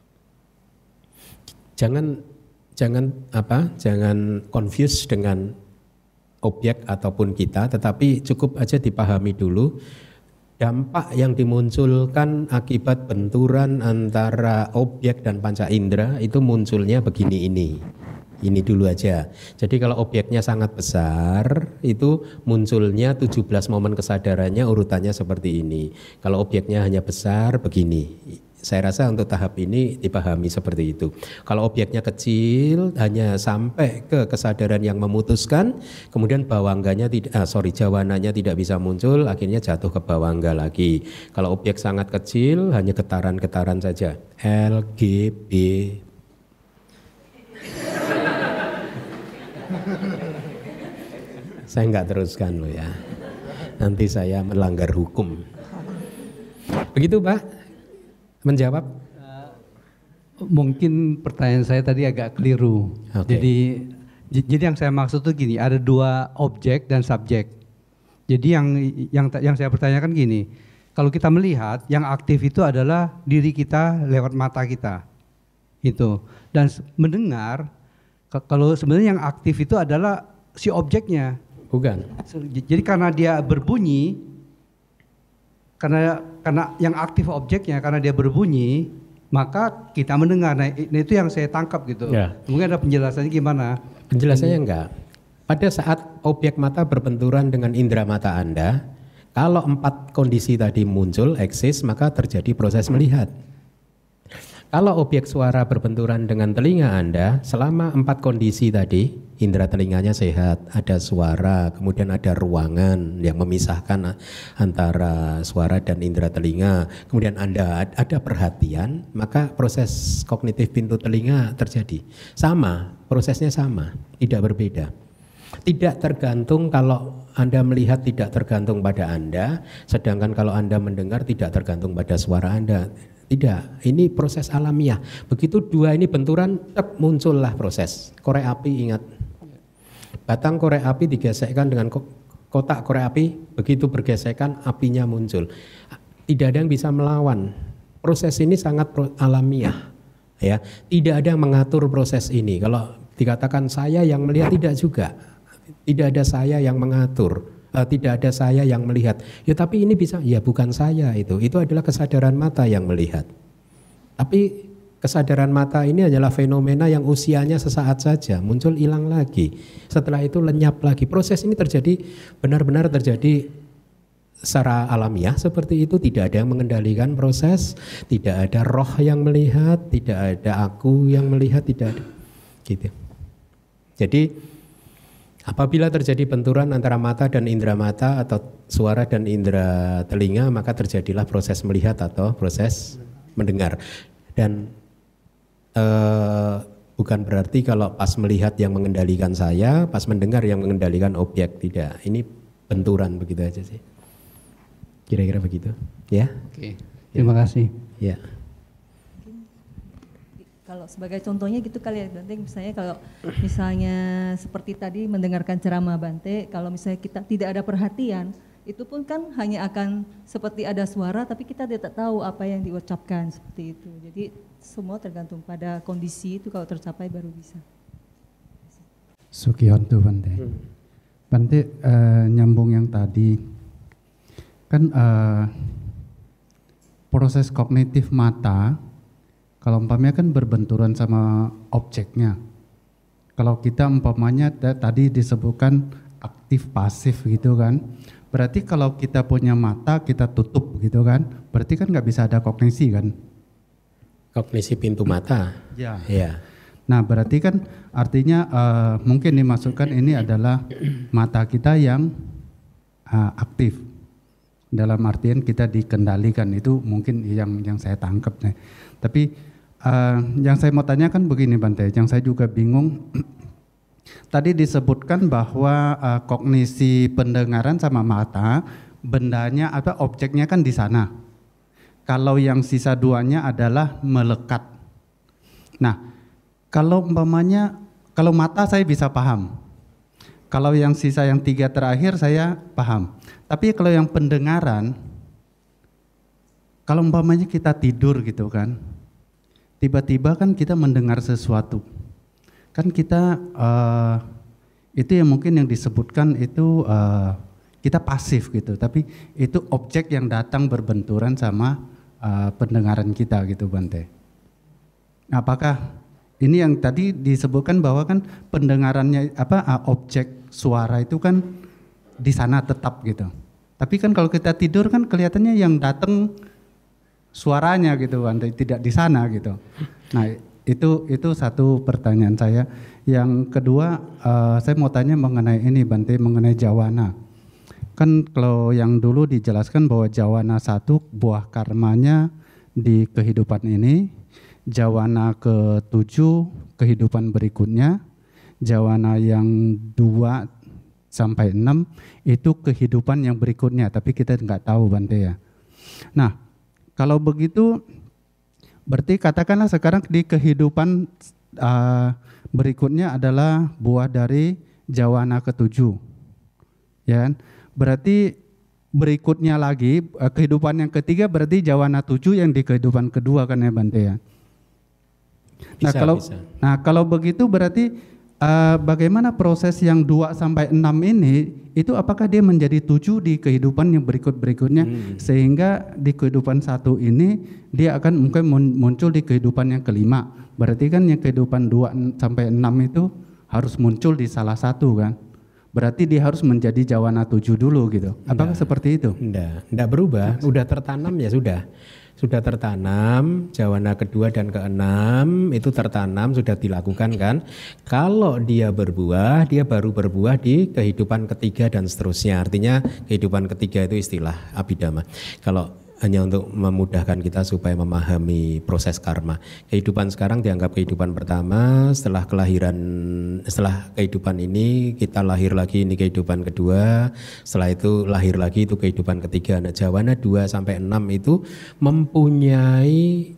Jangan Jangan apa? Jangan confuse dengan objek ataupun kita, tetapi cukup aja dipahami dulu dampak yang dimunculkan akibat benturan antara objek dan panca indera itu munculnya begini ini. Ini dulu aja. Jadi kalau objeknya sangat besar itu munculnya tujuh belas momen kesadarannya urutannya seperti ini. Kalau objeknya hanya besar begini. Saya rasa untuk tahap ini dipahami seperti itu. Kalau objeknya kecil hanya sampai ke kesadaran yang memutuskan, kemudian bawangganya tidak, ah, sorry jawananya tidak bisa muncul, akhirnya jatuh ke bawangga lagi. Kalau objek sangat kecil hanya getaran-getaran saja. L, G, B. Saya nggak teruskan loh ya. Nanti saya melanggar hukum. Begitu Pak? Menjawab? Uh, mungkin pertanyaan saya tadi agak keliru. Okay. Jadi, jadi yang saya maksud tuh gini, ada dua objek dan subjek. Jadi yang yang yang saya pertanyakan gini, kalau kita melihat yang aktif itu adalah diri kita lewat mata kita, itu. Dan mendengar, kalau sebenarnya yang aktif itu adalah si objeknya. Bukan. Jadi karena dia berbunyi. Karena karena yang aktif objeknya karena dia berbunyi, maka kita mendengar. Nah, itu yang saya tangkap gitu. Ya. Mungkin ada penjelasannya gimana? Penjelasannya enggak. Pada saat objek mata berbenturan dengan indera mata Anda, kalau empat kondisi tadi muncul, eksis, maka terjadi proses melihat. Kalau objek suara berbenturan dengan telinga Anda, selama empat kondisi tadi, indera telinganya sehat, ada suara, kemudian ada ruangan yang memisahkan antara suara dan indera telinga, kemudian Anda ada perhatian, maka proses kognitif pintu telinga terjadi. Sama, prosesnya sama, tidak berbeda. Tidak tergantung kalau Anda melihat tidak tergantung pada Anda, sedangkan kalau Anda mendengar tidak tergantung pada suara Anda. Tidak, ini proses alamiah. Begitu dua ini benturan, tek, muncullah proses. Korek api, ingat. Batang korek api digesekkan dengan kotak korek api, begitu bergesekan apinya muncul. Tidak ada yang bisa melawan. Proses ini sangat alamiah. Ya, tidak ada yang mengatur proses ini. Kalau dikatakan saya yang melihat, tidak juga. Tidak ada saya yang mengatur. Uh, tidak ada saya yang melihat. Ya tapi ini bisa, ya bukan saya itu. Itu adalah kesadaran mata yang melihat. Tapi kesadaran mata ini adalah fenomena yang usianya sesaat saja, muncul hilang lagi. Setelah itu lenyap lagi. Proses ini terjadi, benar-benar terjadi secara alamiah seperti itu. Tidak ada yang mengendalikan proses, tidak ada roh yang melihat, tidak ada aku yang melihat, tidak ada. Gitu. Jadi apabila terjadi benturan antara mata dan indera mata atau suara dan indera telinga, maka terjadilah proses melihat atau proses mendengar. Dan eh, bukan berarti kalau pas melihat yang mengendalikan saya, pas mendengar yang mengendalikan objek, tidak. Ini benturan begitu aja sih. Kira-kira begitu, ya? Oke. Terima kasih. Ya. Kalau sebagai contohnya gitu kali ya Bante, misalnya kalau misalnya seperti tadi mendengarkan ceramah Bante, kalau misalnya kita tidak ada perhatian, itu pun kan hanya akan seperti ada suara tapi kita tidak tahu apa yang diucapkan seperti itu. Jadi semua tergantung pada kondisi itu, kalau tercapai baru bisa. Sukihontu Bante. Hmm. Bante uh, nyambung yang tadi, kan uh, proses kognitif mata kalau umpamanya kan berbenturan sama objeknya. Kalau kita umpamanya tadi disebutkan aktif pasif gitu kan. Berarti kalau kita punya mata kita tutup gitu kan, berarti kan nggak bisa ada kognisi kan? Kognisi pintu mata. Ya. Ya. Nah berarti kan artinya uh, mungkin dimaksudkan ini adalah mata kita yang uh, aktif. Dalam artian kita dikendalikan, itu mungkin yang yang saya tangkap nih. Tapi uh, yang saya mau tanyakan begini Bante, yang saya juga bingung. Tadi disebutkan bahwa uh, kognisi pendengaran sama mata, bendanya atau objeknya kan di sana. Kalau yang sisa duanya adalah melekat. Nah, kalau umpamanya, kalau mata saya bisa paham. Kalau yang sisa yang tiga terakhir saya paham. Tapi kalau yang pendengaran, kalau umpamanya kita tidur gitu kan, tiba-tiba kan kita mendengar sesuatu. Kan kita uh, itu yang mungkin yang disebutkan itu uh, kita pasif gitu, tapi itu objek yang datang berbenturan sama uh, pendengaran kita gitu Bante. Apakah ini yang tadi disebutkan bahwa kan pendengarannya apa uh, objek suara itu kan di sana tetap gitu. Tapi kan kalau kita tidur kan kelihatannya yang datang suaranya gitu Bante, tidak di sana gitu. Nah, itu itu satu pertanyaan saya. Yang kedua, uh, saya mau tanya mengenai ini Bante, mengenai jawana. Kan kalau yang dulu dijelaskan bahwa jawana satu buah karmanya di kehidupan ini, jawana ketujuh kehidupan berikutnya, jawana yang dua sampai enam itu kehidupan yang berikutnya, tapi kita nggak tahu Bante ya. Nah, kalau begitu berarti katakanlah sekarang di kehidupan uh, berikutnya adalah buah dari jawana ketujuh, ya kan? Berarti berikutnya lagi uh, kehidupan yang ketiga berarti jawana tujuh yang di kehidupan kedua kan ya Bante ya. Nah bisa, kalau bisa. Nah kalau begitu berarti uh, bagaimana proses yang dua sampai enam ini itu apakah dia menjadi tujuh di kehidupan yang berikut-berikutnya hmm. sehingga di kehidupan satu ini dia akan mungkin muncul di kehidupan yang kelima. Berarti kan yang kehidupan dua sampai enam itu harus muncul di salah satu kan. Berarti dia harus menjadi jawana tujuh dulu gitu. Apakah nggak, seperti itu? Enggak, enggak berubah, udah tertanam ya sudah. Sudah tertanam, jawana kedua dan keenam itu tertanam, sudah dilakukan kan. Kalau dia berbuah, dia baru berbuah di kehidupan ketiga dan seterusnya. Artinya kehidupan ketiga itu istilah abhidhamma. Kalau hanya untuk memudahkan kita supaya memahami proses karma. Kehidupan sekarang dianggap kehidupan pertama, setelah kelahiran, setelah kehidupan ini kita lahir lagi, ini kehidupan kedua, setelah itu lahir lagi itu kehidupan ketiga. Nah, jawana dua sampai enam itu mempunyai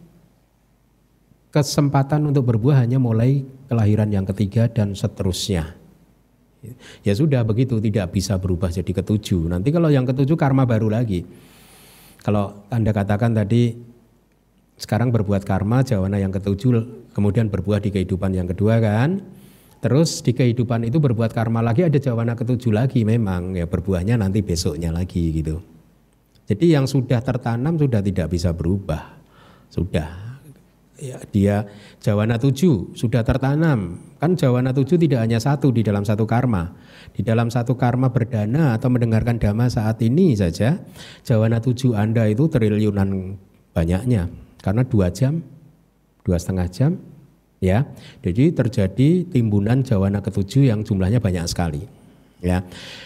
kesempatan untuk berbuah hanya mulai kelahiran yang ketiga dan seterusnya. Ya sudah begitu, tidak bisa berubah jadi ketujuh. Nanti kalau yang ketujuh karma baru lagi. Kalau Anda katakan tadi sekarang berbuat karma jawana yang ketujuh kemudian berbuah di kehidupan yang kedua kan, terus di kehidupan itu berbuat karma lagi ada jawana ketujuh lagi, memang ya berbuahnya nanti besoknya lagi gitu. Jadi yang sudah tertanam sudah tidak bisa berubah, sudah ya, dia jawana tujuh sudah tertanam kan. Jawana tujuh tidak hanya satu di dalam satu karma. Di dalam satu karma berdana atau mendengarkan dhamma saat ini saja, jawana tujuh Anda itu triliunan banyaknya. Karena dua jam, dua setengah jam, ya. Jadi terjadi timbunan jawana ketujuh yang jumlahnya banyak sekali, ya.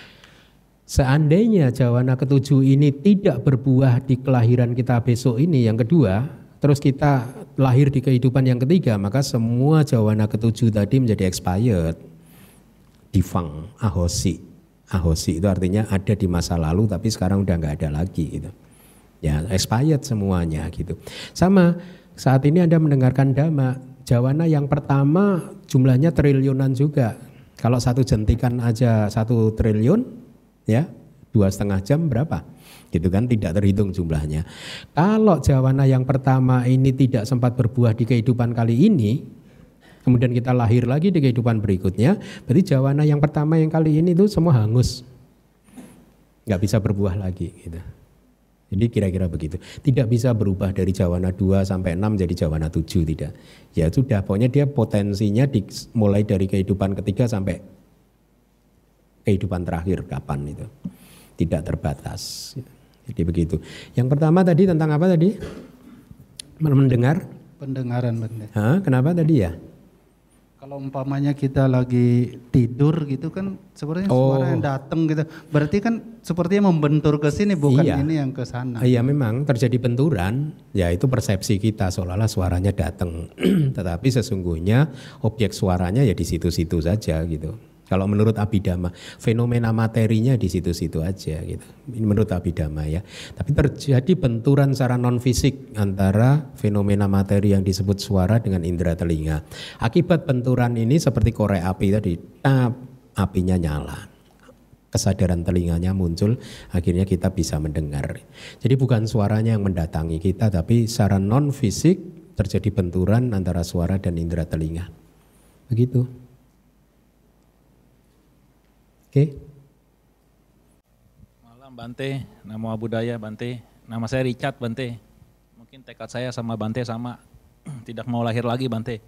Seandainya jawana ketujuh ini tidak berbuah di kelahiran kita besok ini yang kedua, terus kita lahir di kehidupan yang ketiga, maka semua jawana ketujuh tadi menjadi expired. Difang, ahosi, ahosi itu artinya ada di masa lalu tapi sekarang udah nggak ada lagi gitu. Ya expired semuanya gitu. Sama saat ini Anda mendengarkan dhamma, jawana yang pertama jumlahnya triliunan juga. Kalau satu jentikan aja satu triliun, ya dua setengah jam berapa? Gitu kan, tidak terhitung jumlahnya. Kalau jawana yang pertama ini tidak sempat berbuah di kehidupan kali ini, kemudian kita lahir lagi di kehidupan berikutnya, berarti jawana yang pertama yang kali ini itu semua hangus, nggak bisa berbuah lagi gitu. Jadi kira-kira begitu. Tidak bisa berubah dari jawana dua sampai enam jadi jawana tujuh, tidak. Ya sudah, pokoknya dia potensinya di, mulai dari kehidupan ketiga sampai kehidupan terakhir kapan itu. Tidak terbatas. Jadi begitu. Yang pertama tadi tentang apa tadi? Mendengar? Pendengaran Bante. Hah, kenapa tadi ya? Kalau umpamanya kita lagi tidur gitu kan sebenarnya Oh. suara yang datang gitu. Berarti kan sepertinya membentur ke sini bukan Iya. ini yang ke sana. Iya memang terjadi benturan, ya itu persepsi kita seolah-olah suaranya datang. Tetapi sesungguhnya objek suaranya ya di situ-situ saja gitu. Kalau menurut Abhidhamma, fenomena materinya di situ-situ aja gitu. Ini menurut Abhidhamma ya. Tapi terjadi benturan secara non fisik antara fenomena materi yang disebut suara dengan indera telinga. Akibat benturan ini seperti korek api tadi, tap, apinya nyala. Kesadaran telinganya muncul, akhirnya kita bisa mendengar. Jadi bukan suaranya yang mendatangi kita, tapi secara non fisik terjadi benturan antara suara dan indera telinga. Begitu. Oke. Malam Bante, nama budaya Bante, nama saya Richard Bante. Mungkin tekad saya sama Bante sama, tidak mau lahir lagi Bante.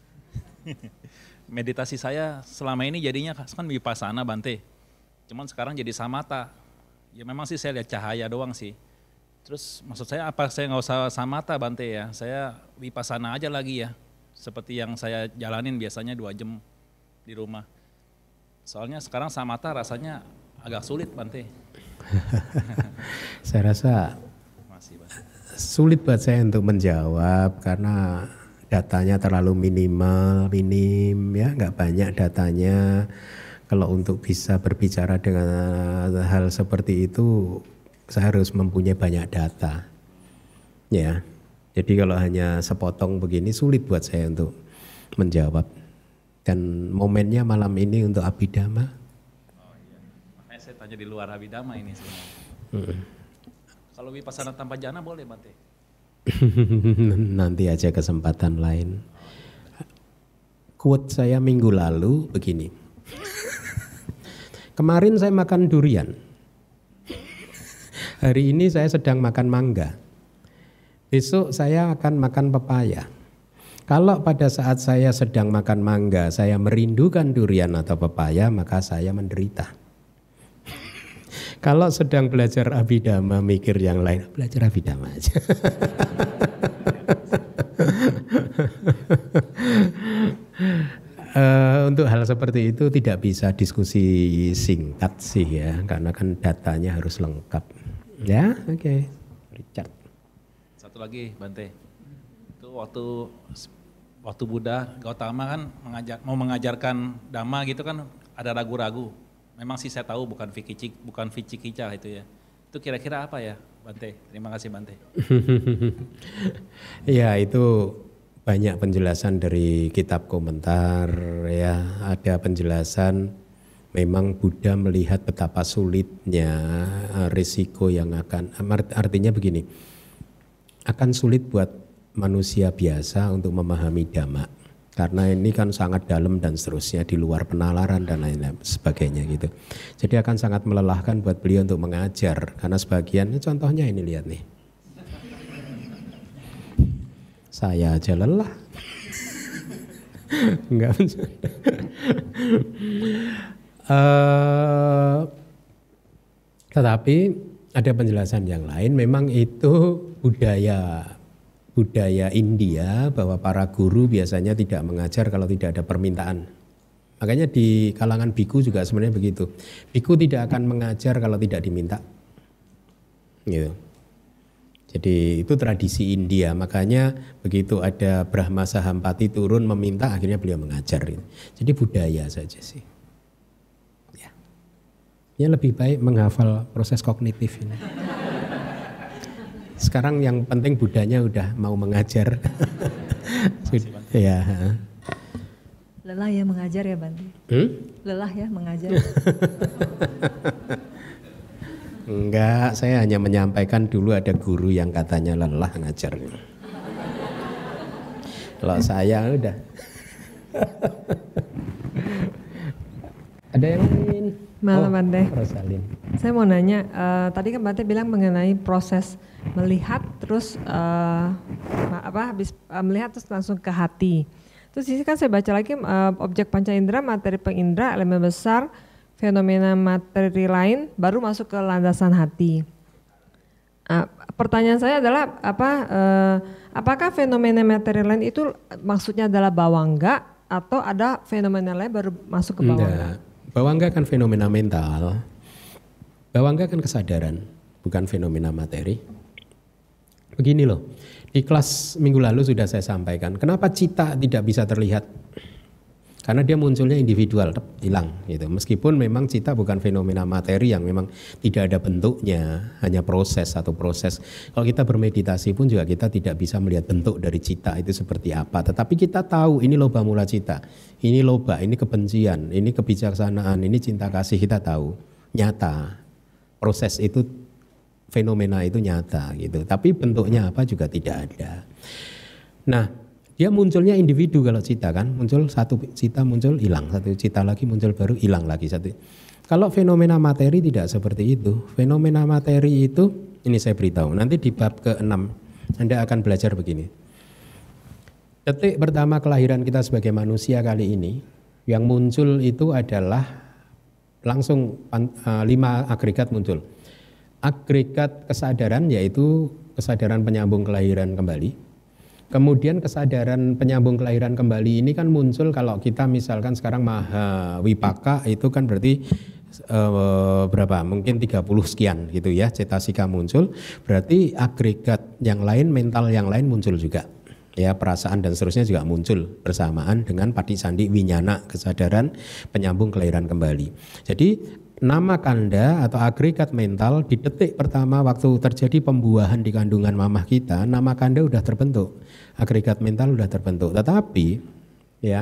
Meditasi saya selama ini jadinya kan vipassana Bante. Cuman sekarang jadi samatha. Ya memang sih saya lihat cahaya doang sih. Terus maksud saya apa saya nggak usah samatha Bante ya. Saya vipassana aja lagi ya. Seperti yang saya jalanin biasanya dua jam di rumah. Soalnya sekarang samatha rasanya agak sulit Bante. Saya rasa Masih Bante. sulit buat saya untuk menjawab karena datanya terlalu minimal, minim ya, nggak banyak datanya. Kalau untuk bisa berbicara dengan hal seperti itu, saya harus mempunyai banyak data. Ya, jadi kalau hanya sepotong begini sulit buat saya untuk menjawab. Dan momennya malam ini untuk Abhidhamma. Oh iya, makanya saya tanya di luar Abhidhamma ini sebenarnya. Hmm. Kalau vipassana tanpa jana boleh Bante? Nanti aja kesempatan lain. Quote saya minggu lalu begini. Kemarin saya makan durian. Hari ini saya sedang makan mangga. Besok saya akan makan pepaya. Kalau pada saat saya sedang makan mangga, saya merindukan durian atau pepaya, maka saya menderita. Kalau sedang belajar Abhidhamma, mikir yang lain, belajar Abhidhamma aja. uh, untuk hal seperti itu tidak bisa diskusi singkat sih ya, karena kan datanya harus lengkap. Ya, oke, okay. Richard. Satu lagi Bante, itu waktu waktu Buddha Gautama kan mengajar, mau mengajarkan Dhamma gitu kan ada ragu-ragu. Memang sih saya tahu bukan fikih bukan vicikicah itu ya. Itu kira-kira apa ya Bante? Terima kasih Bante. Ya itu banyak penjelasan dari kitab komentar ya. Ada penjelasan memang Buddha melihat betapa sulitnya risiko yang akan, artinya begini, akan sulit buat manusia biasa untuk memahami Dhamma karena ini kan sangat dalam dan seterusnya di luar penalaran dan lain-lain sebagainya gitu. Jadi akan sangat melelahkan buat beliau untuk mengajar karena sebagian, contohnya ini lihat nih, saya aja lelah. Enggak. uh, tetapi ada penjelasan yang lain, memang itu budaya budaya India bahwa para guru biasanya tidak mengajar kalau tidak ada permintaan. Makanya di kalangan biku juga sebenarnya begitu. Biku tidak akan mengajar kalau tidak diminta. Gitu. Jadi itu tradisi India. Makanya begitu ada Brahma Sahampati turun meminta, akhirnya beliau mengajar. Jadi budaya saja sih. Ya, ya lebih baik menghafal proses kognitif ini. Sekarang yang penting Budanya udah mau mengajar. Ya. Lelah ya mengajar ya Bante. Hmm? Lelah ya mengajar. Enggak, saya hanya menyampaikan dulu ada guru yang katanya lelah ngajar. Kalau saya udah. Ada yang lain? Malam oh, Bante. Rosalin. Saya mau nanya, uh, tadi kan Bante bilang mengenai proses melihat terus uh, apa habis uh, melihat terus langsung ke hati. Terus di sini kan saya baca lagi uh, objek panca indera, materi pengindra, elemen besar, fenomena materi lain baru masuk ke landasan hati. Nah, pertanyaan saya adalah apa? Eh, apakah fenomena materi lain itu maksudnya adalah bawangga atau ada fenomena lain baru masuk ke bawangga? Enggak. Bawangga kan fenomena mental. Bawangga kan kesadaran, bukan fenomena materi. Begini loh, di kelas minggu lalu sudah saya sampaikan, kenapa cita tidak bisa terlihat? Karena dia munculnya individual, hilang gitu. Meskipun memang cita bukan fenomena materi yang memang tidak ada bentuknya, hanya proses satu proses. Kalau kita bermeditasi pun juga kita tidak bisa melihat bentuk dari cita itu seperti apa. Tetapi kita tahu ini loba mula cita, ini loba, ini kebencian, ini kebijaksanaan, ini cinta kasih, kita tahu nyata. Proses itu, fenomena itu nyata gitu. Tapi bentuknya apa juga tidak ada. Nah, dia munculnya individu kalau cita kan, muncul satu cita muncul hilang, satu cita lagi muncul baru hilang lagi satu. Kalau fenomena materi tidak seperti itu. Fenomena materi itu, ini saya beritahu, nanti di bab keenam Anda akan belajar begini. Detik pertama kelahiran kita sebagai manusia kali ini, yang muncul itu adalah langsung uh, lima agregat muncul. Agregat kesadaran yaitu kesadaran penyambung kelahiran kembali. Kemudian kesadaran penyambung kelahiran kembali ini kan muncul kalau kita misalkan sekarang maha wipaka itu kan berarti uh, berapa? Mungkin tiga puluh sekian gitu ya, cetasika muncul. Berarti agregat yang lain, mental yang lain muncul juga. Ya, perasaan dan seterusnya juga muncul bersamaan dengan patisandi winyana, kesadaran penyambung kelahiran kembali. Jadi nama kanda atau agregat mental di detik pertama waktu terjadi pembuahan di kandungan mamah kita, nama kanda udah terbentuk, agregat mental udah terbentuk. Tetapi ya,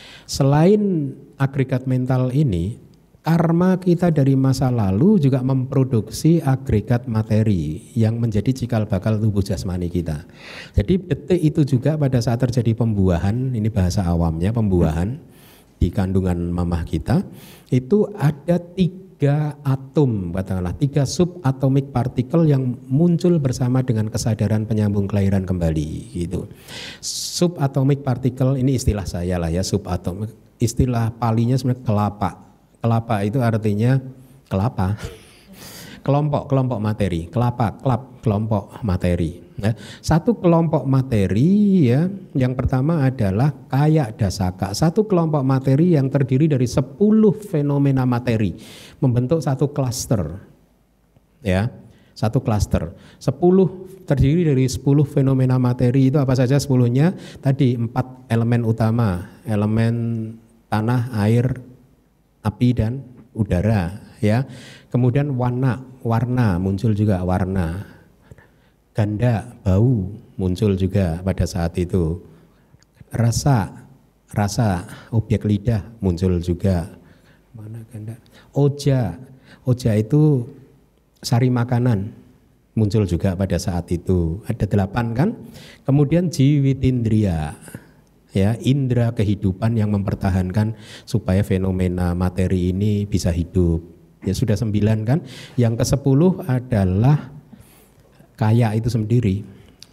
selain agregat mental ini, karma kita dari masa lalu juga memproduksi agregat materi yang menjadi cikal bakal tubuh jasmani kita. Jadi detik itu juga pada saat terjadi pembuahan, ini bahasa awamnya pembuahan di kandungan mamah kita, itu ada tiga tiga atom, katakanlah tiga subatomik partikel yang muncul bersama dengan kesadaran penyambung kelahiran kembali gitu. Subatomik partikel ini istilah saya lah ya, subatomik, istilah palinya sebenarnya kelapa. Kelapa itu artinya kelapa. Kelompok, kelompok materi, kelapa, kelap, kelompok materi. Ya. Satu kelompok materi ya, yang pertama adalah kaya dasaka. Satu kelompok materi yang terdiri dari sepuluh fenomena materi, membentuk satu klaster. Ya, satu klaster. Sepuluh terdiri dari sepuluh fenomena materi itu apa saja sepuluhnya? Tadi empat elemen utama, elemen tanah, air, api dan udara. Ya, kemudian warna, warna muncul juga warna. Ganda, bau muncul juga pada saat itu. Rasa, rasa objek lidah muncul juga. Mana ganda? Oja, oja itu sari makanan muncul juga pada saat itu. Ada delapan kan? Kemudian jiwitindria, ya indera kehidupan yang mempertahankan supaya fenomena materi ini bisa hidup. Ya sudah sembilan kan? Yang kesepuluh adalah kaya itu sendiri,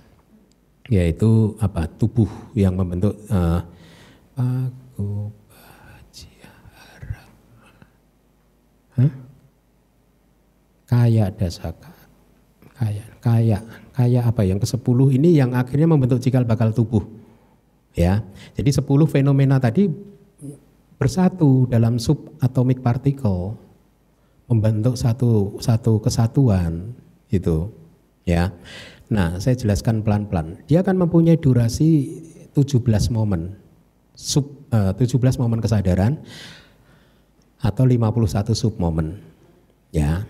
yaitu apa? Tubuh yang membentuk uh, aku huh? Kaya dasaka, kaya, kaya, kaya apa? Yang kesepuluh ini yang akhirnya membentuk cikal bakal tubuh, ya. Jadi sepuluh fenomena tadi bersatu dalam subatomik partikel, membentuk satu satu kesatuan, gitu. Ya, nah saya jelaskan pelan-pelan. Dia akan mempunyai durasi tujuh belas momen, sub uh, tujuh belas momen kesadaran atau lima puluh satu sub momen. Ya,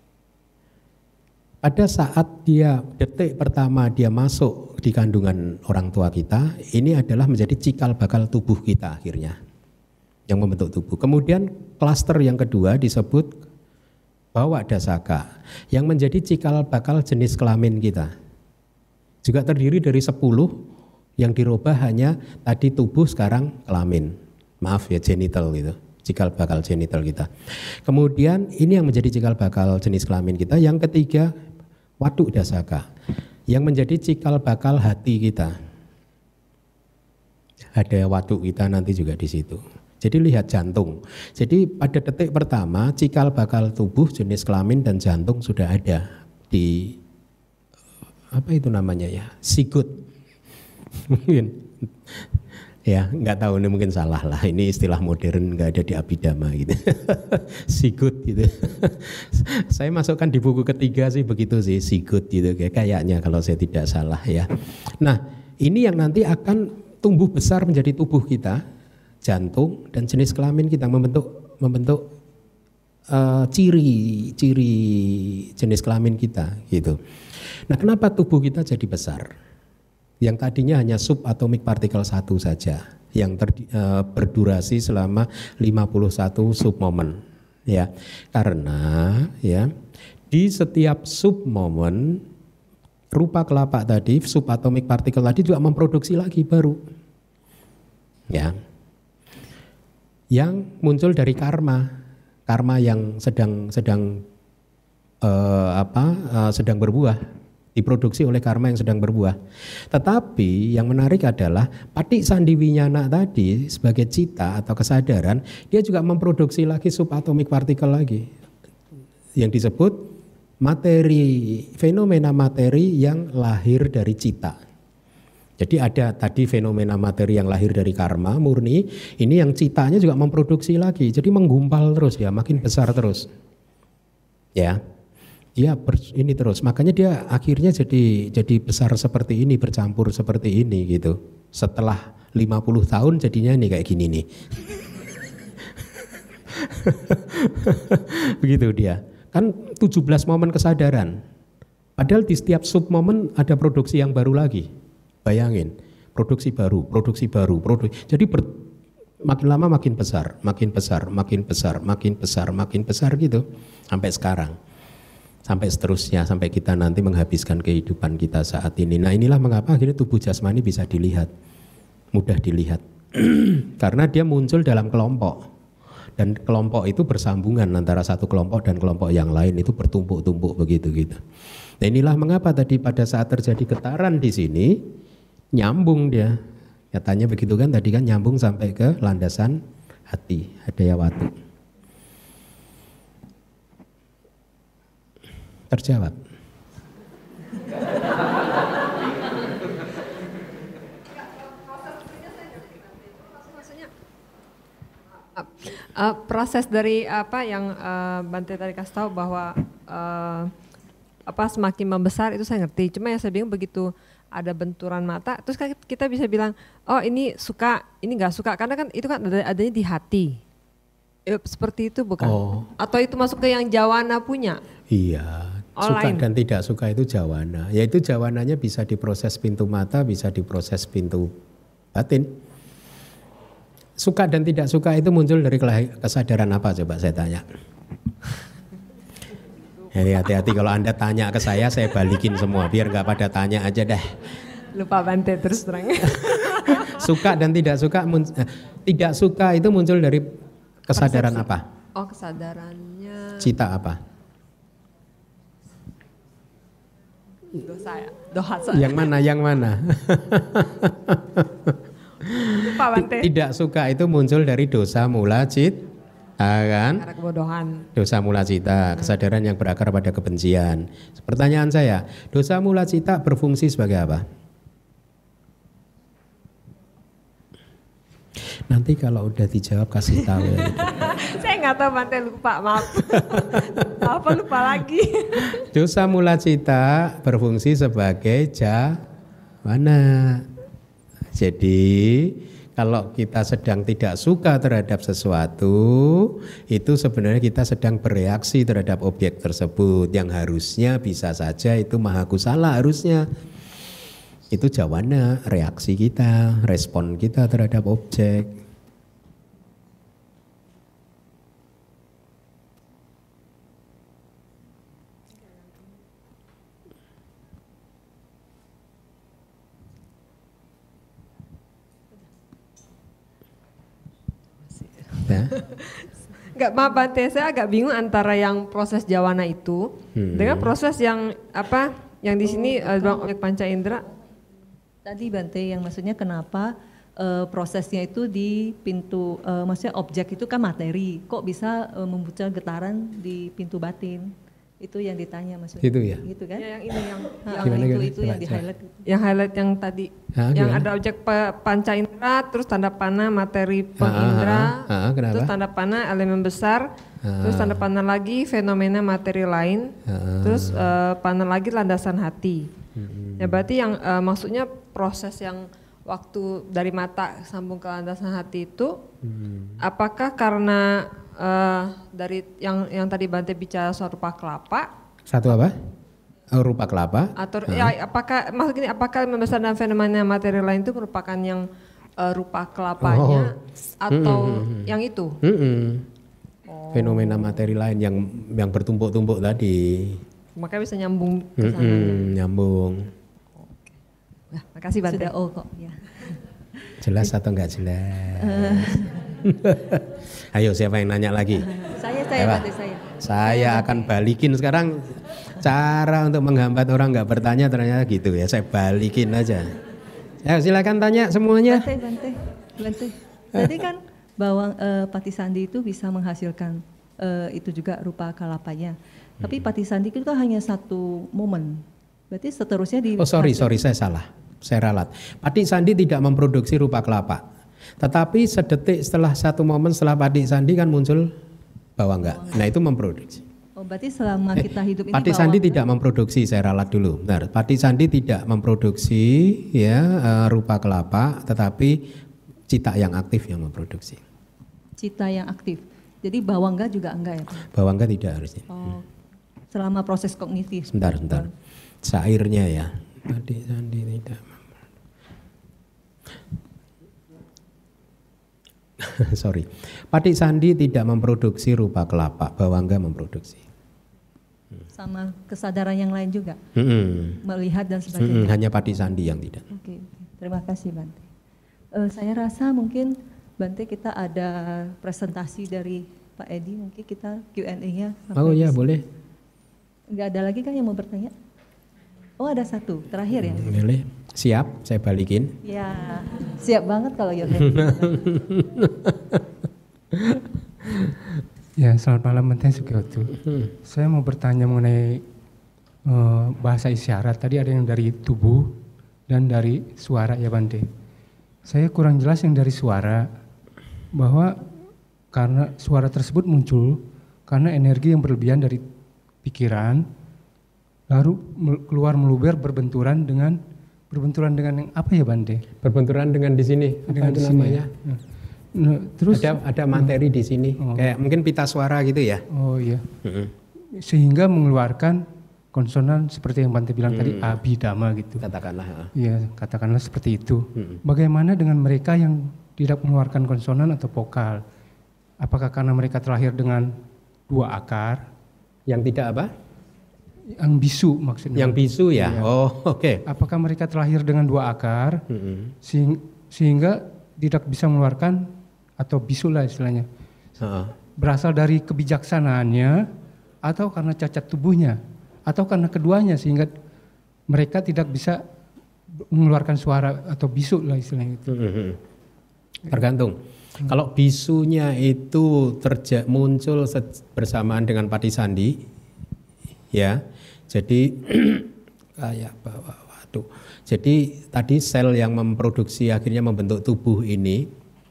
pada saat dia detik pertama dia masuk di kandungan orang tua kita, ini adalah menjadi cikal bakal tubuh kita akhirnya, yang membentuk tubuh. Kemudian klaster yang kedua disebut bawa dasaka, yang menjadi cikal bakal jenis kelamin kita. Juga terdiri dari sepuluh, yang dirubah hanya tadi tubuh sekarang kelamin. Maaf ya, genital gitu, cikal bakal genital kita. Kemudian ini yang menjadi cikal bakal jenis kelamin kita. Yang ketiga, waduk dasaka, yang menjadi cikal bakal hati kita. Ada waduk kita nanti juga di situ. Jadi lihat jantung. Jadi pada detik pertama cikal bakal tubuh, jenis kelamin dan jantung sudah ada di apa itu namanya ya, sigut. Mungkin ya nggak tahu, ini mungkin salah lah, ini istilah modern nggak ada di Abhidhamma gitu. Sigut gitu. Saya masukkan di buku ketiga sih begitu sih, sigut gitu kayaknya kalau saya tidak salah ya. Nah ini yang nanti akan tumbuh besar menjadi tubuh kita, jantung dan jenis kelamin kita, membentuk membentuk uh, ciri ciri jenis kelamin kita gitu. Nah kenapa tubuh kita jadi besar? Yang tadinya hanya subatomic particle satu saja, yang ter, e, berdurasi selama lima puluh satu submomen, ya. Karena ya di setiap submomen rupa kelapa tadi, subatomic particle tadi juga memproduksi lagi baru, ya. Yang muncul dari karma, karma yang sedang sedang e, apa e, sedang berbuah. Diproduksi oleh karma yang sedang berbuah. Tetapi yang menarik adalah patik sandiwinyana tadi sebagai cita atau kesadaran, dia juga memproduksi lagi subatomic particle lagi. Yang disebut materi, fenomena materi yang lahir dari cita. Jadi ada tadi fenomena materi yang lahir dari karma murni, ini yang citanya juga memproduksi lagi. Jadi menggumpal terus ya, makin besar terus. Ya. Dia ber, ini terus, makanya dia akhirnya jadi jadi besar seperti ini, bercampur seperti ini gitu. Setelah lima puluh tahun jadinya nih kayak gini nih. Begitu dia. Kan tujuh belas momen kesadaran. Padahal di setiap sub momen ada produksi yang baru lagi. Bayangin, produksi baru, produksi baru, produksi. Jadi ber, makin lama makin besar, makin besar, makin besar, makin besar, makin besar gitu sampai sekarang. Sampai seterusnya, sampai kita nanti menghabiskan kehidupan kita saat ini. Nah inilah mengapa akhirnya tubuh jasmani bisa dilihat, mudah dilihat. Karena dia muncul dalam kelompok. Dan kelompok itu bersambungan antara satu kelompok dan kelompok yang lain, itu bertumpuk-tumpuk begitu gitu. Nah inilah mengapa tadi pada saat terjadi getaran di sini, nyambung dia. Katanya begitu kan, tadi kan nyambung sampai ke landasan hati, hadaya watu. Terjawab. Uh, proses dari apa yang uh, Bante tadi kasih tahu bahwa uh, apa semakin membesar itu saya ngerti. Cuma yang saya bingung begitu ada benturan mata, terus kita bisa bilang, oh ini suka, ini nggak suka, karena kan itu kan ada adanya di hati. Eh, seperti itu bukan? Oh. Atau itu masuk ke yang jawana punya? Iya, oh, suka lain. Dan tidak suka itu jawana. Yaitu jawananya bisa diproses pintu mata, bisa diproses pintu batin. Suka dan tidak suka itu muncul dari kesadaran apa coba saya tanya. Jadi hati-hati kalau Anda tanya ke saya, saya balikin semua. Biar gak pada tanya aja dah. Lupa Bante terus terang. Suka dan tidak suka, tidak suka itu muncul dari kesadaran persepsi. Apa? Oh kesadarannya. Cita apa? Dosa ya, dosa. Yang mana, yang mana? Lupa Bante. Tidak suka itu muncul dari dosa mula cita, kan? Karena kebodohan. Dosa mula cita, kesadaran yang berakar pada kebencian. Pertanyaan saya, dosa mula cita berfungsi sebagai apa? Nanti kalau udah dijawab kasih tahu ya. Gitu. Saya nggak tahu Bante, lupa, maaf. Apa lupa lagi? Dosa mula cita berfungsi sebagai jawana. Jadi kalau kita sedang tidak suka terhadap sesuatu, itu sebenarnya kita sedang bereaksi terhadap objek tersebut. Yang harusnya bisa saja itu mahakusala harusnya. Itu jawana, reaksi kita, respon kita terhadap objek. Ya. Nggak, maaf Bante, saya agak bingung antara yang proses jawana itu hmm. dengan proses yang apa yang di sini uh, objek panca indera. Tadi Bante yang maksudnya kenapa uh, prosesnya itu di pintu, uh, maksudnya objek itu kan materi, kok bisa uh, membuat getaran di pintu batin? Itu yang ditanya maksudnya. Gitu ya? Gitu kan? Ya, yang ini yang, Ha, yang Gimana, itu gimana? itu Coba, yang di coba. highlight. yang highlight yang tadi, Hah, yang gimana? ada objek pa- panca indera, terus tanda panah materi Ah, pengindra, ah, ah, kenapa? terus tanda panah elemen besar, Ah. terus tanda panah lagi fenomena materi lain, Ah. terus eh, panah lagi landasan hati. Hmm. Ya berarti yang eh, maksudnya proses yang waktu dari mata sambung ke landasan hati itu, Hmm. apakah karena eh, dari yang yang tadi Bante bicara soal rupa kelapa? Satu apa? Oh, rupa kelapa. Atau ya apakah maksud gini, apakah membesar dan fenomena materi lain itu merupakan yang uh, rupa kelapanya atau yang itu? Mm-mm. Fenomena materi lain yang yang bertumpuk-tumpuk tadi. Makanya bisa nyambung ke sana. Mm-mm, nyambung. Nah, makasih Bante. Sudah oh kok ya. Jelas atau enggak jelas? Ayo siapa yang nanya lagi? Saya saya Eva. Bante saya. Saya akan balikin sekarang cara untuk menghambat orang nggak bertanya ternyata gitu ya. Saya balikin aja. Ya silakan tanya semuanya. Bante, Bante, Bante. Tadi kan bawang eh, pati sandi itu bisa menghasilkan eh, itu juga rupa kalapanya. Tapi pati sandi itu kan hanya satu momen. Berarti seterusnya di Oh sorry sorry saya salah. Saya ralat. Pati sandi tidak memproduksi rupa kelapa. Tetapi sedetik setelah satu momen setelah pati sandi kan muncul bawangga. Nah itu memproduksi. Oh berarti selama kita hidup ini Pati sandi bawang- tidak memproduksi, saya ralat dulu. Benar, pati sandi tidak memproduksi ya eh, rupa kelapa, tetapi cita yang aktif yang memproduksi. cita yang aktif. Jadi bawangga juga enggak ya Pak? Bawangga tidak harusnya. Oh, selama proses kognitif. Sebentar, sebentar. Syairnya ya. Pati sandi tidak. Sorry. Pati sandi tidak memproduksi rupa kelapa, bawangga memproduksi. Sama kesadaran yang lain juga, Mm-mm. melihat dan Mm-mm, sebagainya. hanya pati sandi yang tidak. Oke, terima kasih Bante. Eh, saya rasa mungkin Bante kita ada presentasi dari Pak Edi, mungkin kita Q and A-nya. Oh ya boleh. Enggak ada lagi kan yang mau bertanya? Oh ada satu, terakhir ya? Boleh. Siap, saya balikin. Ya, siap banget kalau Yoga. Ya, selamat malam Bante Sugioto. Saya mau bertanya mengenai uh, bahasa isyarat. Tadi ada yang dari tubuh dan dari suara ya Bante. Saya kurang jelas yang dari suara, bahwa karena suara tersebut muncul karena energi yang berlebihan dari pikiran, lalu keluar meluber berbenturan dengan berbenturan dengan yang apa ya Bante? Berbenturan dengan di sini. Apa Dengan itu di sini. namanya? Nah, terus Ada ada materi di sini. Oh. Kayak mungkin pita suara gitu ya. oh iya. Mm-mm. Sehingga mengeluarkan konsonan seperti yang Bante bilang tadi abhidhamma gitu. Katakanlah. ha. Iya, katakanlah seperti itu. Mm-mm. Bagaimana dengan mereka yang tidak mengeluarkan konsonan atau vokal? Apakah karena mereka terlahir dengan dua akar? Yang tidak apa? Yang bisu maksudnya. Yang bisu ya. Iya. Oh oke. Apakah mereka terlahir dengan dua akar Mm-mm. sehing- sehingga tidak bisa mengeluarkan atau bisu lah istilahnya? Ha-ha. Berasal dari kebijaksanaannya atau karena cacat tubuhnya atau karena keduanya sehingga mereka tidak bisa mengeluarkan suara atau bisu lah istilahnya itu. Mm-mm. Tergantung. Kalau bisunya itu terja muncul se- bersamaan dengan pati sandi, ya. Jadi kayak bawa waduh. Jadi tadi sel yang memproduksi akhirnya membentuk tubuh ini,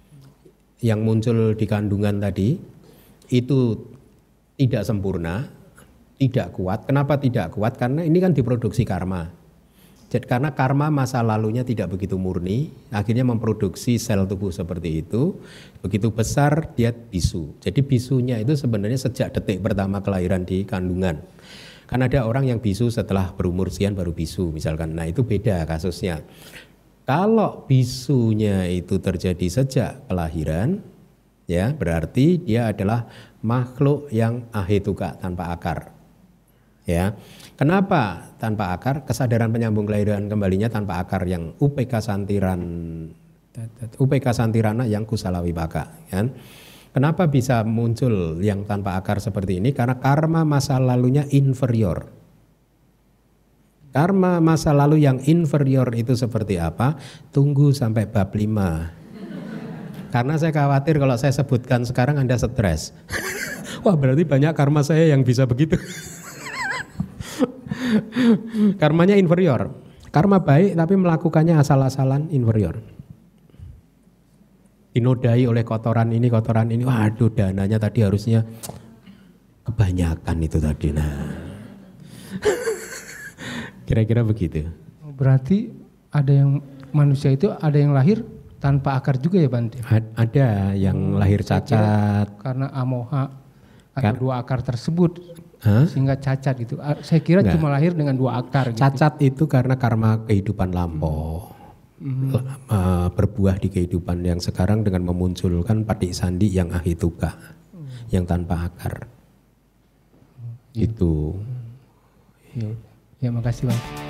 yang muncul di kandungan tadi, itu tidak sempurna, tidak kuat. Kenapa tidak kuat? Karena ini kan diproduksi karma. Jadi karena karma masa lalunya tidak begitu murni, akhirnya memproduksi sel tubuh seperti itu. Begitu besar dia bisu. Jadi bisunya itu sebenarnya sejak detik pertama kelahiran di kandungan. Kan ada orang yang bisu setelah berumur sekian baru bisu misalkan. Nah itu beda kasusnya. Kalau bisunya itu terjadi sejak kelahiran, ya berarti dia adalah makhluk yang ahetuka tanpa akar. Ya, kenapa tanpa akar? Kesadaran penyambung kelahiran kembalinya tanpa akar yang U P K santiran, U P K santirana yang kusala wipaka. Kan? Kenapa bisa muncul yang tanpa akar seperti ini? Karena karma masa lalunya inferior. Karma masa lalu yang inferior itu seperti apa? Tunggu sampai bab lima. Karena saya khawatir kalau saya sebutkan sekarang Anda stres. Wah, berarti banyak karma saya yang bisa begitu. Karmanya inferior. Karma baik tapi melakukannya asal-asalan, inferior. Dinodai oleh kotoran ini, kotoran ini. Waduh, dananya tadi harusnya kebanyakan itu tadi. Nah, kira-kira begitu. Berarti ada yang manusia itu ada yang lahir tanpa akar juga ya Bante? Ada yang lahir cacat. Karena amoha atau Kar dua akar tersebut, Hah? sehingga cacat gitu. Saya kira Enggak. cuma lahir dengan dua akar. Gitu. Cacat itu karena karma kehidupan lampau. Hmm. Uh, berbuah di kehidupan yang sekarang dengan memunculkan patik sandi yang ahituka, hmm. yang tanpa akar. Hmm. Itu. Ya, ya makasih Bang.